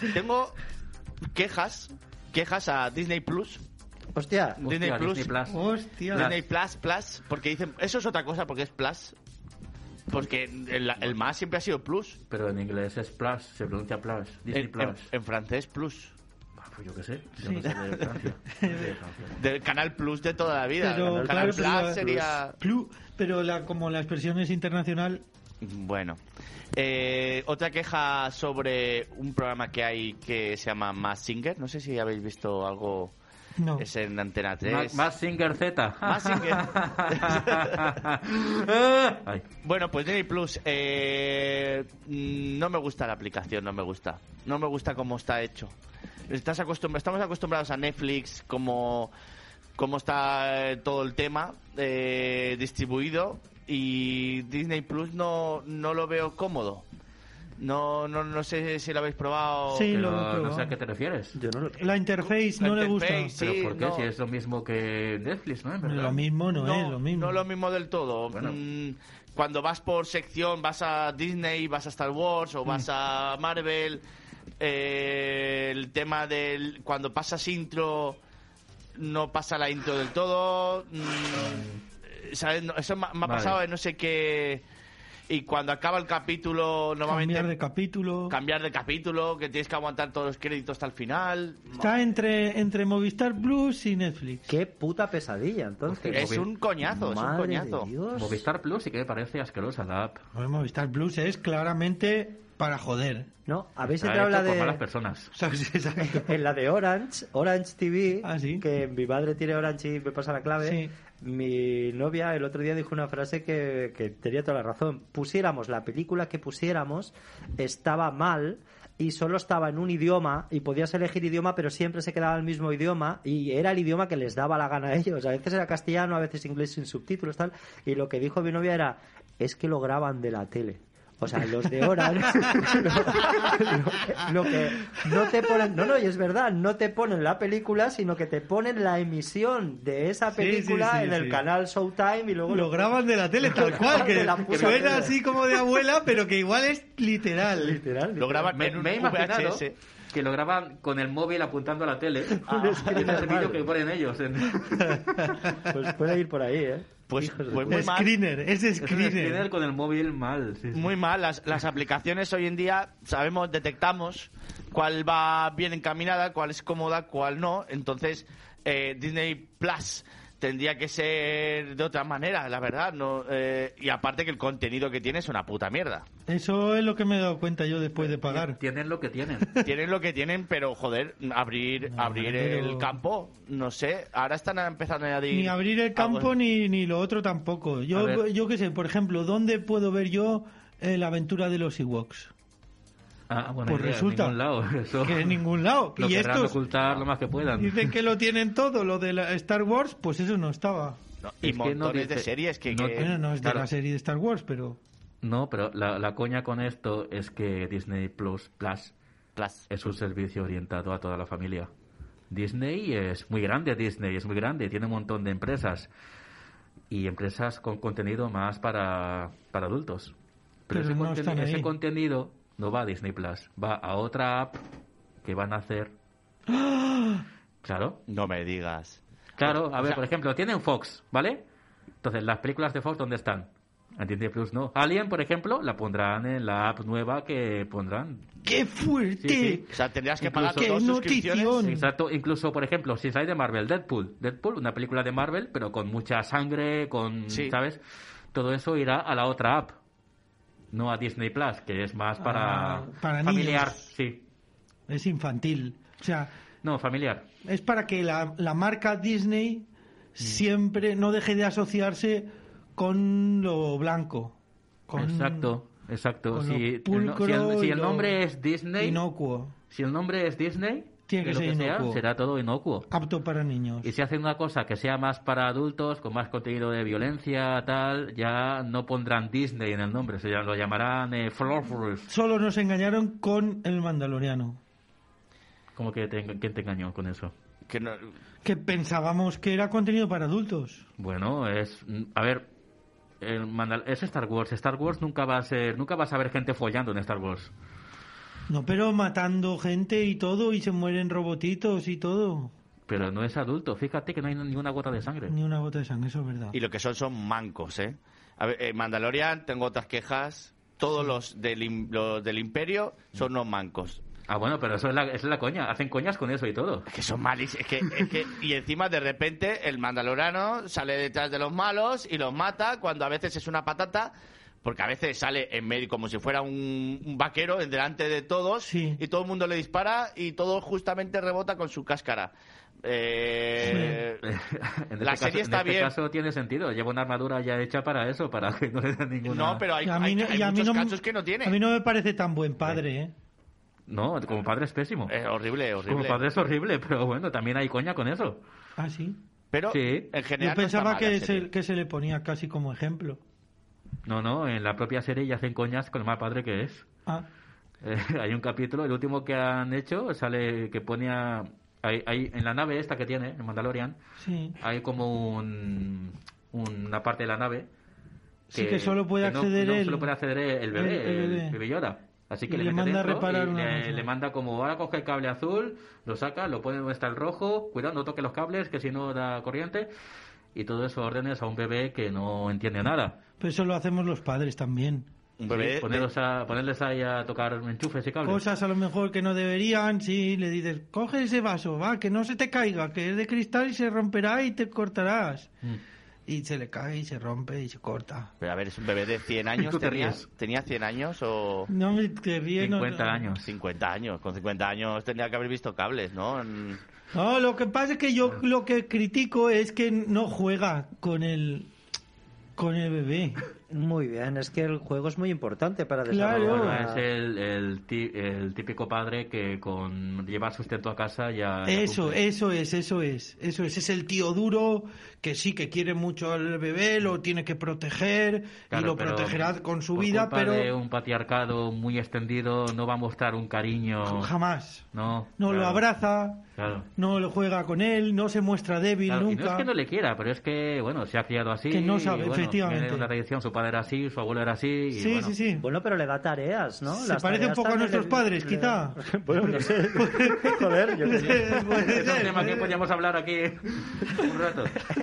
quejas a Disney Plus. Hostia. Disney Plus. Hostia. Disney Plus, porque dicen, eso es otra cosa, porque es Plus. Porque el más siempre ha sido Plus. Pero en inglés es Plus, se pronuncia Plus. Disney Plus. En francés Plus. Pues yo qué sé, yo no sé de Francia. Del Canal Plus de toda la vida. Pero, El Canal claro, Plus sería... Pero como la expresión es internacional... Bueno. Otra queja sobre un programa que hay que se llama Masked Singer. No sé si habéis visto algo... No. Es en Antena 3. Más Singer Z. Más Singer. Ay. Bueno, pues Disney Plus. No me gusta la aplicación, no me gusta. No me gusta cómo está hecho. Estamos acostumbrados a Netflix, cómo está todo el tema distribuido, y Disney Plus no lo veo cómodo. No sé si lo habéis probado. Sí, Pero lo he probado. no sé a qué te refieres. Yo no lo... La interface no le gusta. interface, ¿Pero sí, por qué? no. Si es lo mismo que Netflix, ¿no? En verdad. Lo mismo no es lo mismo. No lo mismo del todo. Bueno. Cuando vas por sección, vas a Disney, vas a Star Wars o vas a Marvel. El tema del... Cuando pasas intro, no pasa la intro del todo. ¿Sabes? Eso me ha pasado en no sé qué... Y cuando acaba el capítulo, normalmente... Cambiar de capítulo. que tienes que aguantar todos los créditos hasta el final. Está entre Movistar Plus y Netflix. Qué puta pesadilla, entonces. Es un coñazo, es un Madre coñazo. de Dios. Movistar Plus sí que me parece asquerosa la app. Bueno, Movistar Plus es claramente para joder. No, habéis Está entrado en la hecho por malas de... personas. ¿Sabes? Exacto. En la de Orange TV, ¿Sí? que mi madre tiene Orange y me pasa la clave. Sí. Mi novia el otro día dijo una frase que tenía toda la razón. La película que pusiéramos estaba mal y solo estaba en un idioma y podías elegir idioma, pero siempre se quedaba el mismo idioma y era el idioma que les daba la gana a ellos. A veces era castellano, a veces inglés sin subtítulos, tal. Y lo que dijo mi novia era, es que lo graban de la tele. O sea, los de Orange lo que no te ponen, y es verdad, no te ponen la película, sino que te ponen la emisión de esa película en el canal Showtime y luego lo graban de la tele tal cual, que suena tele. así como de abuela, pero que igual es literal. Lo graban Me en un he imaginado VHS. que lo graban con el móvil apuntando a la tele. En ese vídeo que ponen ellos. Pues puede ir por ahí, ¿eh? Pues muy mal. Screener, es Es un screener. screener con el móvil mal. Sí, sí. Muy mal. Las aplicaciones hoy en día detectamos cuál va bien encaminada, cuál es cómoda, cuál no. Entonces, Disney Plus tendría que ser de otra manera, la verdad. No, y aparte que el contenido que tiene es una puta mierda. Eso es lo que me he dado cuenta yo después de pagar. Tienen lo que tienen. Tienen lo que tienen, pero joder, abrir pero- el campo, no sé. Ahora están empezando a añadir... Ni abrir el campo ni lo otro tampoco. A ver. Yo qué sé, por ejemplo, ¿dónde puedo ver yo la aventura de los Ewoks? Bueno, Pues idea, resulta en ningún lado. Eso que en ningún lado. lo Y querrán estos ocultar lo más que puedan. dicen que lo tienen todo, lo de la Star Wars, pues eso no estaba. No, y Es que no montones de dice- series que... no- Bueno, no es de claro. la serie de Star Wars, pero... No, pero la coña con esto es que Disney Plus es un servicio orientado a toda la familia. Disney es muy grande, tiene un montón de empresas. y empresas con contenido más para adultos. Pero Pero no están ese ahí. contenido no va a Disney Plus, va a otra app que van a hacer. Claro, No me digas. claro. A ver, sea- por ejemplo, tienen Fox, ¿vale? Entonces, las películas de Fox, ¿dónde están? En Disney Plus no. Alien, por ejemplo, la pondrán en la app nueva que pondrán. ¡Qué fuerte! Sí, sí. O sea, tendrías que pagar ¡Qué dos suscripciones. notición! Exacto, incluso, por ejemplo, si sale de Marvel, Deadpool, una película de Marvel, pero con mucha sangre, Sí. ¿sabes? Todo eso irá a la otra app, no a Disney Plus, que es más para familiar, niños. sí. Es infantil. O sea, No, familiar. es para que la marca Disney siempre no deje de asociarse con lo blanco. Con Exacto. con Si, lo el, pulcro si y el lo nombre es Disney, inocuo. si el nombre es Disney, Tiene que de lo ser sea, inocuo. será todo inocuo. Apto para niños. Y si hacen una cosa que sea más para adultos, con más contenido de violencia, tal, ya no pondrán Disney en el nombre, lo llamarán Flowers. Solo nos engañaron con el Mandaloriano. ¿Cómo que quién te engañó con eso? Que no- Que pensábamos que era contenido para adultos. Bueno, a ver, es Star Wars. Star Wars nunca vas a ver gente follando en Star Wars. No, pero matando gente y todo, y se mueren robotitos y todo. Pero no es adulto. Fíjate que no hay ni una gota de sangre. Ni una gota de sangre, eso es verdad. Y lo que son mancos, ¿eh? A ver, Mandalorian, tengo otras quejas. Todos los del Imperio son unos mancos. Ah, bueno, pero eso es la coña. Hacen coñas con eso y todo. Es que son malis, y encima de repente el mandaloriano sale detrás de los malos y los mata cuando a veces es una patata, porque a veces sale en medio como si fuera un vaquero en delante de todos, Sí. y todo el mundo le dispara y todo justamente rebota con su cáscara. La serie está en este bien. caso tiene sentido. Lleva una armadura ya hecha para eso, para que no le den ninguna... No, pero hay, Y a mí no- hay y a mí muchos no- casos que no tiene. A mí no me parece tan buen padre, ¿eh? No, como padre es pésimo. Horrible, Como horrible. padre es horrible, pero bueno, también hay coña con eso. Ah, sí. Pero Sí. en general Yo pensaba no está mal la que serie. que se le ponía casi como ejemplo. No, en la propia serie ya hacen coñas con el mal padre que es. Ah, Hay un capítulo, el último que han hecho, sale que ponía... Hay, en la nave esta que tiene, en Mandalorian, sí. hay como una parte de la nave Sí, que solo puede no- acceder no él. solo puede acceder el bebé, el bebé Yoda. Así que Y le le mete manda a dentro reparar y una cosa. le manda como, ahora coge el cable azul, lo saca, lo pone donde está el rojo, cuidado, no toque los cables, que si no da corriente, y todo eso órdenes a un bebé que no entiende nada. Pero eso lo hacemos los padres también. Un bebé Sí, ponerles ahí a tocar enchufes y cables. Cosas a lo mejor que no deberían, sí, le dices, coge ese vaso, va, que no se te caiga, que es de cristal y se romperá y te cortarás. Y se le cae y se rompe y se corta. Pero a ver, es un bebé de 100 años. Tú te ¿Tenía, ríes. ¿Tenía 100 años o...? No me te ríes, 50 no, años. 50 años. Con 50 años tendría que haber visto cables, ¿no? No, lo que pasa es que yo lo que critico es que no juega con el bebé. Muy bien, es que el juego es muy importante para Claro. desarrollar. Bueno, es el típico padre que con llevar sustento a casa ya... Eso cumple. es el tío duro que sí que quiere mucho al bebé, lo tiene que proteger Claro, y lo pero protegerá con su por vida, culpa pero de un patriarcado muy extendido no va a mostrar un cariño. jamás. No, No lo claro, abraza, Claro. no lo juega con él, no se muestra débil Claro, y nunca. no es que no le quiera, pero es que, bueno, se ha criado así. Que no sabe, y, bueno, efectivamente. Tiene una tradición, su padre era así, su abuelo era así. Y, Sí, bueno, sí, sí. Bueno, pero le da tareas, ¿no? Se Las parece un tareas poco a también nuestros padres, quizá. Bueno, no sé. Joder, yo qué sé. Puede Es un ser, tema que puede ser. podríamos hablar aquí un rato.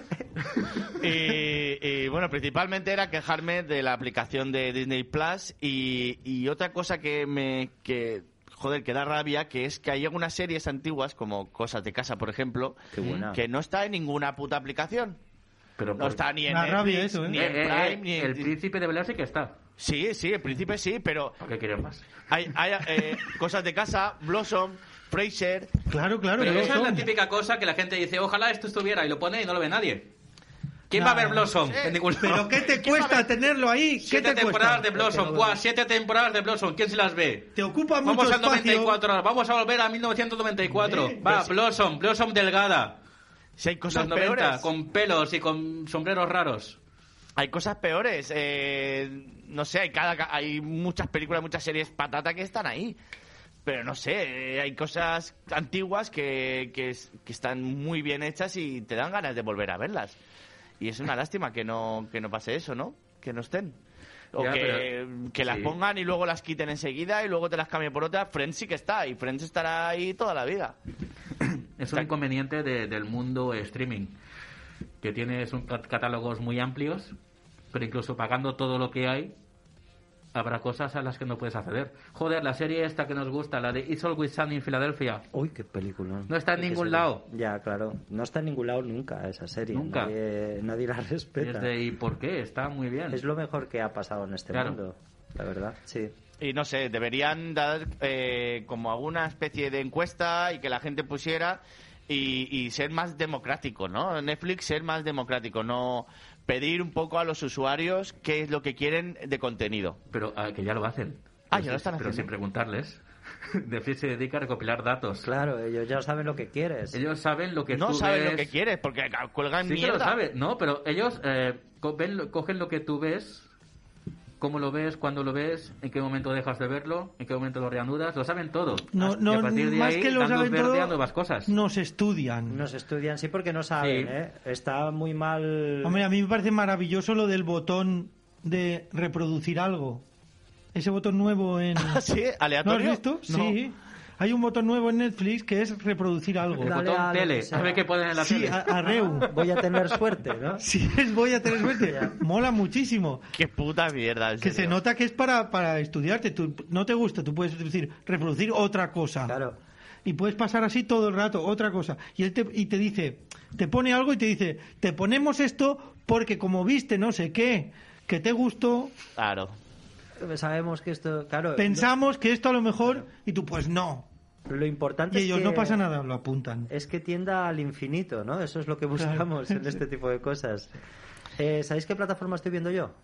Y bueno, principalmente era quejarme de la aplicación de Disney Plus y otra cosa que da rabia, que es que hay algunas series antiguas, como Cosas de Casa, por ejemplo, Qué buena. que no está en ninguna puta aplicación. Pero No por- está ni en Da Netflix, rabia eso, ¿eh? ni en Prime, ni en... el príncipe de Bel Air sí que está. Sí, el príncipe sí, pero ¿Qué quieren más? hay Cosas de Casa, Blossom, Frasier... Claro, claro. Pero que esa lo es la son. típica cosa que la gente dice, ojalá esto estuviera, y lo pone y no lo ve nadie. ¿Quién Nah. va a ver Blossom? En ningún lado. ¿Pero qué te cuesta tenerlo ahí? ¿Qué 7 te temporadas cuesta? de Blossom, ¡buah! 7 temporadas de Blossom, ¿quién se las ve? Te ocupa mucho Vamos al espacio. 94 horas, vamos a volver a 1994. Va, Blossom delgada. Si hay cosas Los 90, peores. con pelos y con sombreros raros. Hay cosas peores. No sé, hay muchas películas, muchas series patata que están ahí. Pero no sé, hay cosas antiguas que están muy bien hechas y te dan ganas de volver a verlas. Y es una lástima que no pase eso, ¿no? Que no estén. O Ya, que las pongan y luego las quiten enseguida y luego te las cambien por otra. Friends sí que está, y Friends estará ahí toda la vida. Es un inconveniente del mundo streaming, que tienes catálogos muy amplios, pero incluso pagando todo lo que hay, habrá cosas a las que no puedes acceder. Joder, la serie esta que nos gusta, la de It's Always Sunny en Filadelfia. Uy, qué película. No está en ningún lado. Ya, claro. No está en ningún lado nunca esa serie. Nunca. Nadie la respeta. ¿Y por qué? Está muy bien. Es lo mejor que ha pasado en este mundo, la verdad. Sí. Y no sé, deberían dar como alguna especie de encuesta y que la gente pusiera y ser más democrático, ¿no? Netflix ser más democrático, no pedir un poco a los usuarios qué es lo que quieren de contenido. Pero que ya lo hacen. Ya lo están haciendo. Pero sin preguntarles. Netflix se dedica a recopilar datos. Claro, ellos ya saben lo que quieres. Ellos saben lo que no tú saben ves. lo que quieres porque cuelgan Sí mierda. que lo saben, no, pero ellos cogen lo que tú ves, cómo lo ves, cuándo lo ves, en qué momento dejas de verlo, en qué momento lo reanudas, lo saben todo. Y a partir de más ahí que lo dan luz saben verde todo, a nuevas cosas. nos estudian. Nos estudian, sí, porque no saben, Sí. Está muy mal... Hombre, a mí me parece maravilloso lo del botón de reproducir algo. Ese botón nuevo en... ¿Sí? ¿No ¿Aleatorio? has visto? No. Sí. Hay un botón nuevo en Netflix que es reproducir algo. El Dale botón a lo tele, que sea. a ver qué ponen en la Sí, tele. a Reu. Voy a tener suerte, ¿no? Si voy a tener suerte. Mola muchísimo. Qué puta mierda. en Que se serio. nota que es para estudiarte. Tú, no te gusta, tú puedes decir reproducir otra cosa. Claro. Y puedes pasar así todo el rato, otra cosa. Y él te dice, te pone algo y te dice, te ponemos esto porque como viste no sé qué, que te gustó, Claro. Sabemos que esto... Claro, pensamos que esto a lo mejor... Y tú, pues no. lo importante Y es ellos que... no pasa nada, lo apuntan. Es que tienda al infinito, ¿no? Eso es lo que buscamos en este tipo de cosas. ¿Sabéis qué plataforma estoy viendo yo?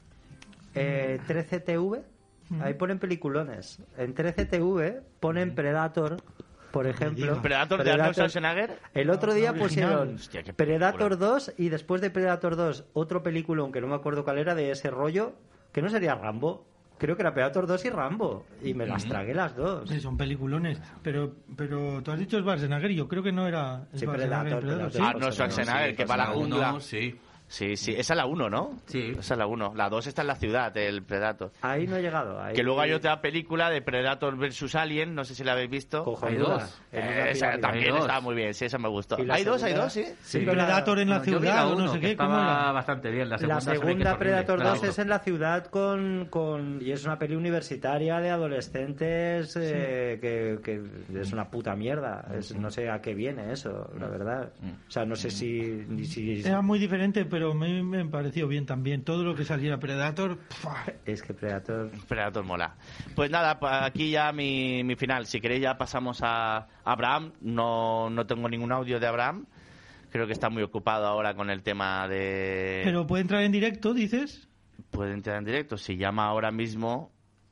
13TV. Ahí ponen peliculones. En 13TV ponen Predator, por ejemplo. ¿Predator de Arnold Schwarzenegger? El otro día original. pusieron Hostia, qué película. Predator 2 y después de Predator 2 otro película, aunque no me acuerdo cuál era, de ese rollo, que no sería Rambo. Creo que era Predator 2 y Rambo. Y me las tragué las dos. Sí, son peliculones. Pero tú has dicho Schwarzenegger y yo creo que no era Sí, Schwarzenegger. Predator, ¿sí? Predator. Arnold Schwarzenegger, que va a la jungla. Sí. Sí, sí. Esa es la 1, ¿no? Sí. Esa es la 1. La 2 está en la ciudad, el Predator. Ahí no he llegado. Ahí... Que luego hay otra película de Predator vs Alien, no sé si la habéis visto. Cojonuda. Hay dos. En una Esa pirámide. también Hay dos. estaba muy bien, sí, esa me gustó. ¿Y la ¿Hay dos, segunda? sí? Sí, Sí, pero Predator en la No, yo vi ciudad la o no uno, sé que qué. ¿Cómo estaba era? bastante bien. La La segunda, se ve que segunda es horrible. Predator La 2 uno. es en la ciudad y es una peli universitaria de adolescentes que es una puta mierda. No sé a qué viene eso, la verdad. O sea, no sé si Era muy diferente, pero me pareció bien también. Todo lo que saliera Predator... ¡pua! es que Predator... Predator mola. Pues nada, aquí ya mi final. Si queréis ya pasamos a Abraham. No tengo ningún audio de Abraham. Creo que está muy ocupado ahora con el tema de... Pero puede entrar en directo, dices. Puede entrar en directo. Si llama ahora mismo,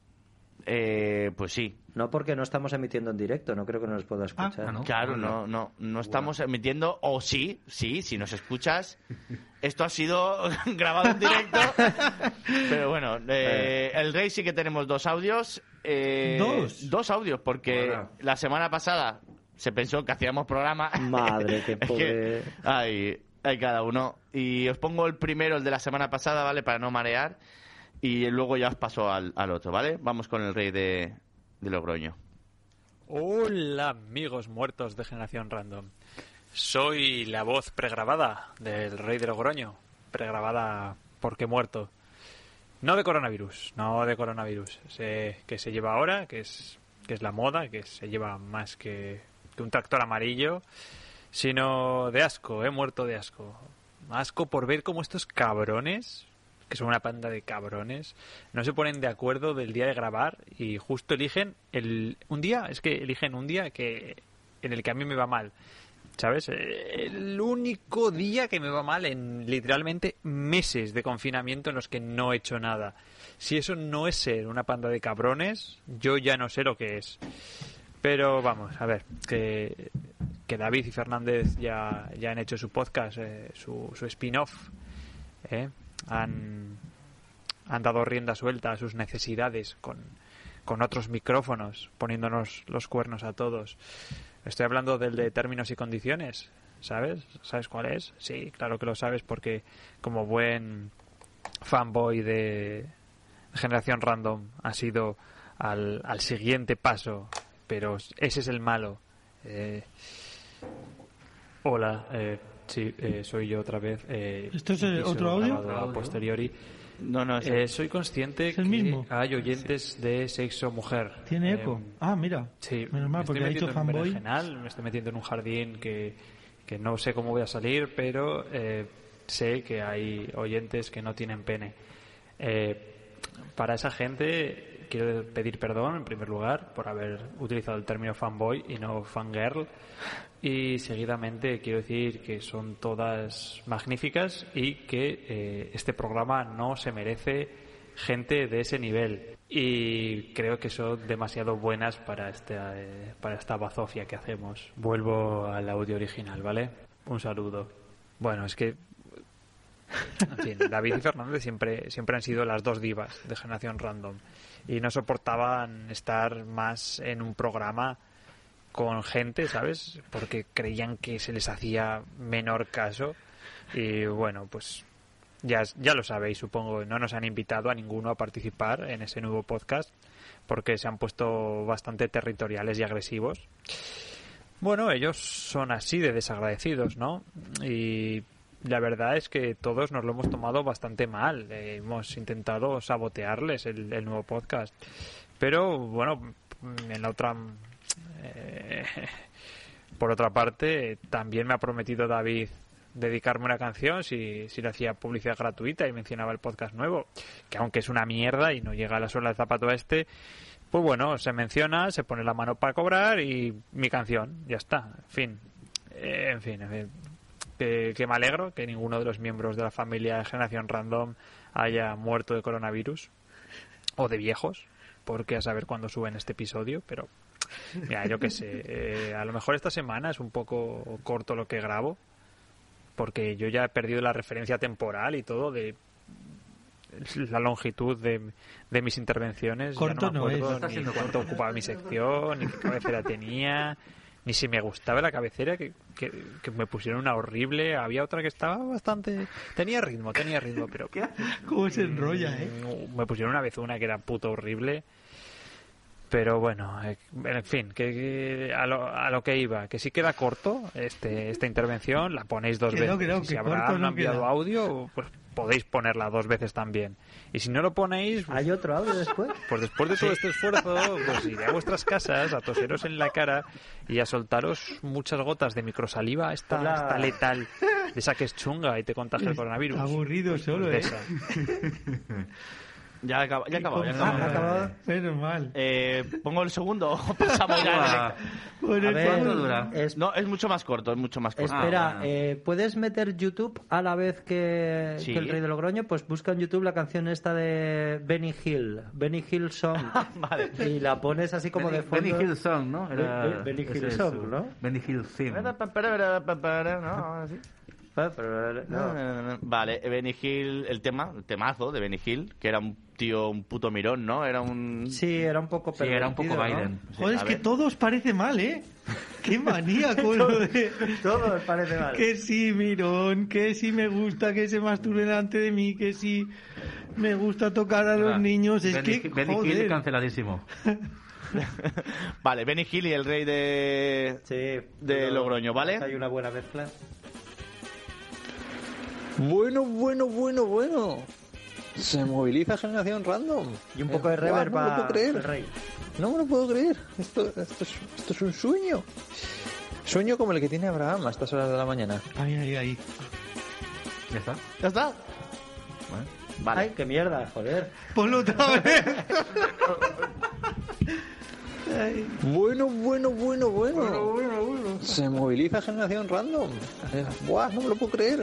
pues sí. No, porque no estamos emitiendo en directo, no creo que nos pueda escuchar. ¿no? Claro, no estamos emitiendo, o sí, si nos escuchas, esto ha sido grabado en directo, pero bueno, el Rey sí que tenemos dos audios. Dos audios, porque Bueno. la semana pasada se pensó que hacíamos programa. Madre, qué Es que pobre... hay cada uno. Y os pongo el primero, el de la semana pasada, ¿vale? Para no marear, y luego ya os paso al otro, ¿vale? Vamos con el Rey de Logroño. Hola amigos muertos de Generación Random. Soy la voz pregrabada del Rey de Logroño. Pregrabada porque muerto. No de coronavirus. Que se lleva ahora, que es la moda, que se lleva más que un tractor amarillo. Sino de asco, he muerto de asco. Asco por ver cómo estos cabrones, que son una panda de cabrones, no se ponen de acuerdo del día de grabar y justo eligen un día en el que a mí me va mal, ¿sabes? El único día que me va mal en literalmente meses de confinamiento en los que no he hecho nada. Si eso no es ser una panda de cabrones, yo ya no sé lo que es. Pero vamos, a ver, que David y Fernández ya han hecho su podcast, su spin-off, han dado rienda suelta a sus necesidades con otros micrófonos, poniéndonos los cuernos a todos. Estoy hablando del de Términos y Condiciones, ¿sabes? ¿Sabes cuál es? Sí, claro que lo sabes porque como buen fanboy de Generación Random ha sido al siguiente paso, pero ese es el malo. Hola, sí, soy yo otra vez. ¿Esto es otro audio? A posteriori. No, soy consciente ¿Es el que mismo? hay oyentes de sexo mujer. ¿Tiene eco? Mira. Sí, Menos mal, porque ha dicho fanboy. Me estoy metiendo en un jardín que no sé cómo voy a salir, pero sé que hay oyentes que no tienen pene. Para esa gente quiero pedir perdón en primer lugar por haber utilizado el término fanboy y no fangirl, y seguidamente quiero decir que son todas magníficas y que este programa no se merece gente de ese nivel, y creo que son demasiado buenas para esta bazofia que hacemos. Vuelvo al audio original, ¿vale? Un saludo. Bueno, es que en fin, David y Fernández siempre han sido las dos divas de Generación Random y no soportaban estar más en un programa con gente, ¿sabes? Porque creían que se les hacía menor caso, y bueno, pues ya lo sabéis, supongo. No nos han invitado a ninguno a participar en ese nuevo podcast porque se han puesto bastante territoriales y agresivos. Bueno, ellos son así de desagradecidos, ¿no? Y la verdad es que todos nos lo hemos tomado bastante mal. Hemos intentado sabotearles el nuevo podcast. Pero bueno, en la otra... por otra parte, también me ha prometido David dedicarme una canción si le hacía publicidad gratuita y mencionaba el podcast nuevo, que aunque es una mierda y no llega a la suela del zapato pues bueno, se menciona, se pone la mano para cobrar y mi canción, ya está. En fin, que me alegro que ninguno de los miembros de la familia de Generación Random haya muerto de coronavirus o de viejos, porque a saber cuándo suben este episodio. Pero mira, yo qué sé, a lo mejor esta semana es un poco corto lo que grabo, porque yo ya he perdido la referencia temporal y todo de la longitud de mis intervenciones. Corto ya no me acuerdo es. ni cuánto ocupaba mi sección, ni qué cabecera tenía, ni si me gustaba la cabecera, que me pusieron una horrible. Había otra que estaba bastante... Tenía ritmo, pero... ¿Cómo se enrolla, Me pusieron una vez una que era puto horrible. Pero bueno, en fin, que a lo que iba, que sí queda corto esta intervención, la ponéis dos veces. Creo si que Abraham corto no ha enviado queda. audio, pues podéis ponerla dos veces también. Y si no lo ponéis, pues, ¿Hay otro audio después? pues después de todo este esfuerzo, pues iré a vuestras casas a toseros en la cara y a soltaros muchas gotas de microsaliva, esta letal, de esa que es chunga y te contagia el coronavirus. Aburrido solo, De esa. Ya ha acabado. acabado. Menos mal. ¿Pongo el segundo o pasamos ya? Bueno, A ver, ¿cuánto dura? No, es mucho más corto, Espera, bueno. ¿puedes meter YouTube a la vez que el Rey de Logroño? Pues busca en YouTube la canción esta de Benny Hill Song. Vale. Y la pones así como de fondo. Benny Hill Song, ¿no? Benny Hill ese Song, es su- ¿no? Benny Hill Theme. No, así. No. Vale, Benny Hill, el temazo de Benny Hill, que era un tío, un puto mirón, ¿no? Era un... Sí, era un poco Sí, era un poco pervertido, ¿no? Biden. Joder, es a que ver. todo os parece mal, ¿eh? Qué manía con lo de... Todo os parece mal. Que sí, mirón, que sí me gusta que se masturbe delante de mí, que sí me gusta tocar a los niños. Es Benny, que, Benny Hill joder. canceladísimo. Vale, Benny Hill y el rey de pero Logroño, ¿vale? Hay una buena mezcla. Bueno. Se moviliza Generación Random. Y un poco de reverb no me lo puedo para creer. el Rey. No me lo puedo creer. Esto es un sueño. Sueño como el que tiene Abraham a estas horas de la mañana. Ahí. ¿Ya está? ¿Ya está? Vale. Ay, qué mierda, joder. Ponlo otra vez. Bueno. Se moviliza Generación Random. Buah, no me lo puedo creer.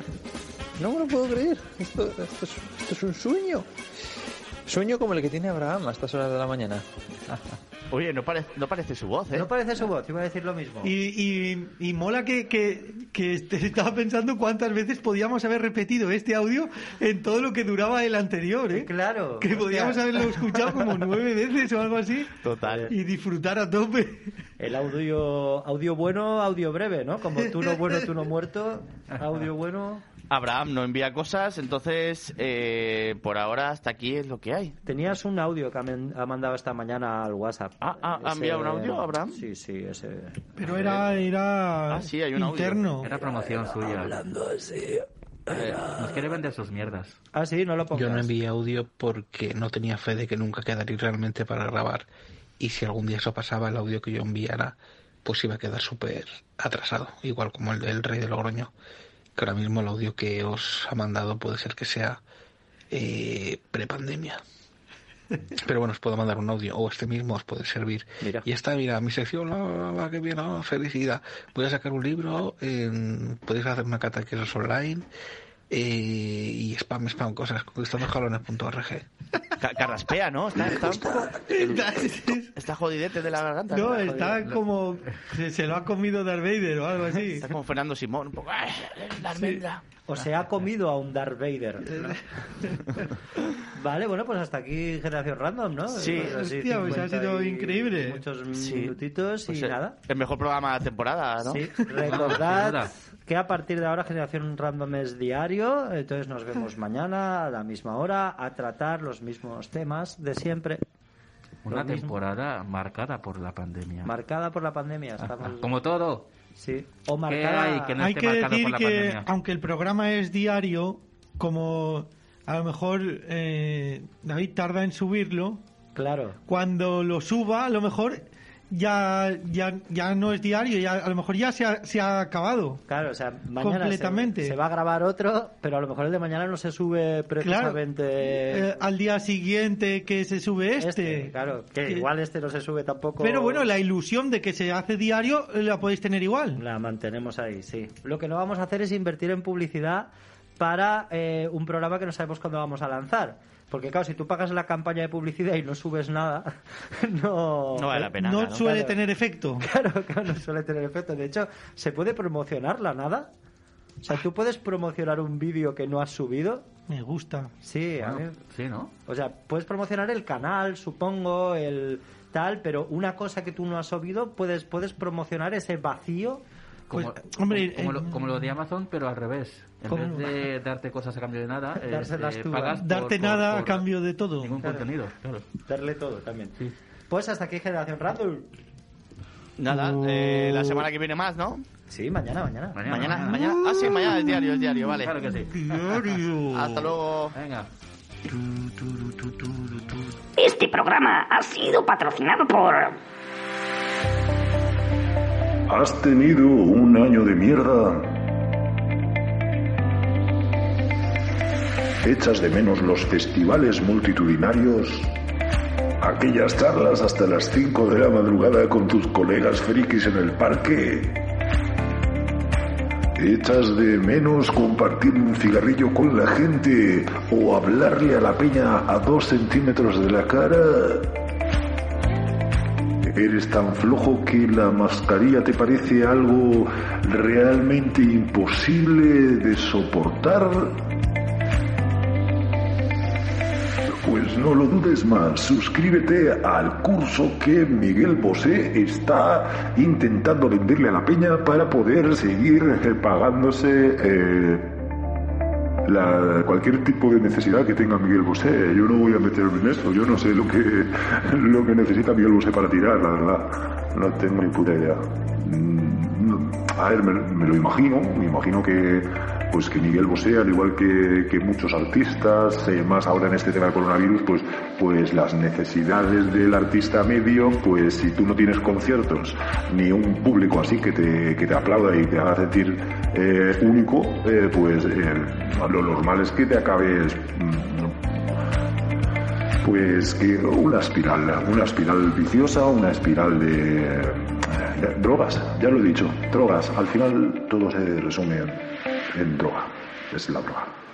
Esto es un sueño. Sueño como el que tiene Abraham a estas horas de la mañana. Oye, no parece su voz, ¿eh? No parece su voz, iba a decir lo mismo. Y mola que estaba pensando cuántas veces podíamos haber repetido este audio en todo lo que duraba el anterior, ¿eh? Claro. Que podíamos haberlo escuchado como 9 veces o algo así. Total. Y disfrutar a tope. El audio bueno, audio breve, ¿no? Como tú no bueno, tú no muerto. Audio bueno. Abraham no envía cosas, entonces por ahora hasta aquí es lo que hay. Tenías un audio que ha mandado esta mañana al WhatsApp. ¿Ha enviado un audio, Abraham? Sí, ese. Pero era sí, hay un interno. audio. Era promoción suya. Hablando así. Nos quiere vender sus mierdas. Ah, sí, no lo pongas. Yo no envié audio porque no tenía fe de que nunca quedaría realmente para grabar. Y si algún día eso pasaba, el audio que yo enviara, pues iba a quedar súper atrasado. Igual como el del Rey de Logroño. Que ahora mismo el audio que os ha mandado puede ser que sea prepandemia. Pero bueno, os puedo mandar un audio, o este mismo os puede servir. Mira. Y está, mira, mi sección, que bien, felicidad. Voy a sacar un libro, podéis hacer una cata de quesos online, y spam, cosas, conquistandojalones.org. Carraspea, ¿no? Está un poco... Está jodidete de la garganta. No, está como... Se lo ha comido Darth Vader o algo así. Está como Fernando Simón, un poco... Darth Vader. O se ha comido a un Darth Vader. Vale, bueno, pues hasta aquí Generación Random, ¿no? Sí. Pues así, Hostia, pues ha sido 50 y increíble. Muchos Sí. minutitos Pues, y nada. El mejor programa de la temporada, ¿no? Sí, recordad que a partir de ahora Generación Random es diario, entonces nos vemos mañana a la misma hora a tratar los mismos temas de siempre. Una Lo mismo. temporada marcada por la pandemia. Marcada por la pandemia. Estamos... Como todo. Sí. O ¿Qué marcada... hay que no Hay esté que marcado decir por la que, pandemia? aunque el programa es diario, como a lo mejor David tarda en subirlo, Claro. cuando lo suba, a lo mejor ya no es diario, ya a lo mejor ya se ha acabado. Claro, o sea, mañana Completamente. se va a grabar otro, pero a lo mejor el de mañana no se sube precisamente Al día siguiente que se sube claro, que igual este no se sube tampoco. Pero bueno, la ilusión de que se hace diario la podéis tener igual. La mantenemos ahí, sí. Lo que no vamos a hacer es invertir en publicidad para un programa que no sabemos cuándo vamos a lanzar. Porque claro, si tú pagas la campaña de publicidad y no subes nada, no vale la pena. No suele Claro. tener efecto. Claro, no suele tener efecto. De hecho, ¿se puede promocionar la nada? O sea, ¿tú puedes promocionar un vídeo que no has subido? Me gusta. Sí, a mí... Bueno, sí, ¿no? O sea, puedes promocionar el canal, supongo, el tal, pero una cosa que tú no has subido, puedes promocionar ese vacío. Como, Pues, hombre, como lo de Amazon, pero al revés. En ¿Cómo? vez de darte cosas a cambio de nada, Dárselas tú, pagas Darte nada a cambio de todo. ningún Claro. contenido. Claro. Darle todo también. Sí. Pues hasta aquí Generación Random. Nada, la semana que viene más, ¿no? Sí, mañana. Mañana. Ah, sí, mañana es diario, vale. Claro que sí. Diario. Hasta luego. Venga. Este programa ha sido patrocinado por... ¿Has tenido un año de mierda? ¿Echas de menos los festivales multitudinarios? ¿Aquellas charlas hasta las 5 de la madrugada con tus colegas frikis en el parque? ¿Echas de menos compartir un cigarrillo con la gente o hablarle a la peña a 2 centímetros de la cara? ¿Eres tan flojo que la mascarilla te parece algo realmente imposible de soportar? Pues no lo dudes más, suscríbete al curso que Miguel Bosé está intentando venderle a la peña para poder seguir pagándose cualquier tipo de necesidad que tenga Miguel Bosé. Yo no voy a meterme en eso, yo no sé lo que necesita Miguel Bosé para tirar, la verdad. No tengo ni puta idea. A ver, me lo imagino, que Miguel Bosé, al igual que muchos artistas, más ahora en este tema del coronavirus, pues las necesidades del artista medio, pues si tú no tienes conciertos ni un público así que te aplauda y te haga sentir único, lo normal es que te acabes pues que una espiral viciosa, una espiral de drogas, ya lo he dicho, drogas. Al final todo se resume en droga, es la droga.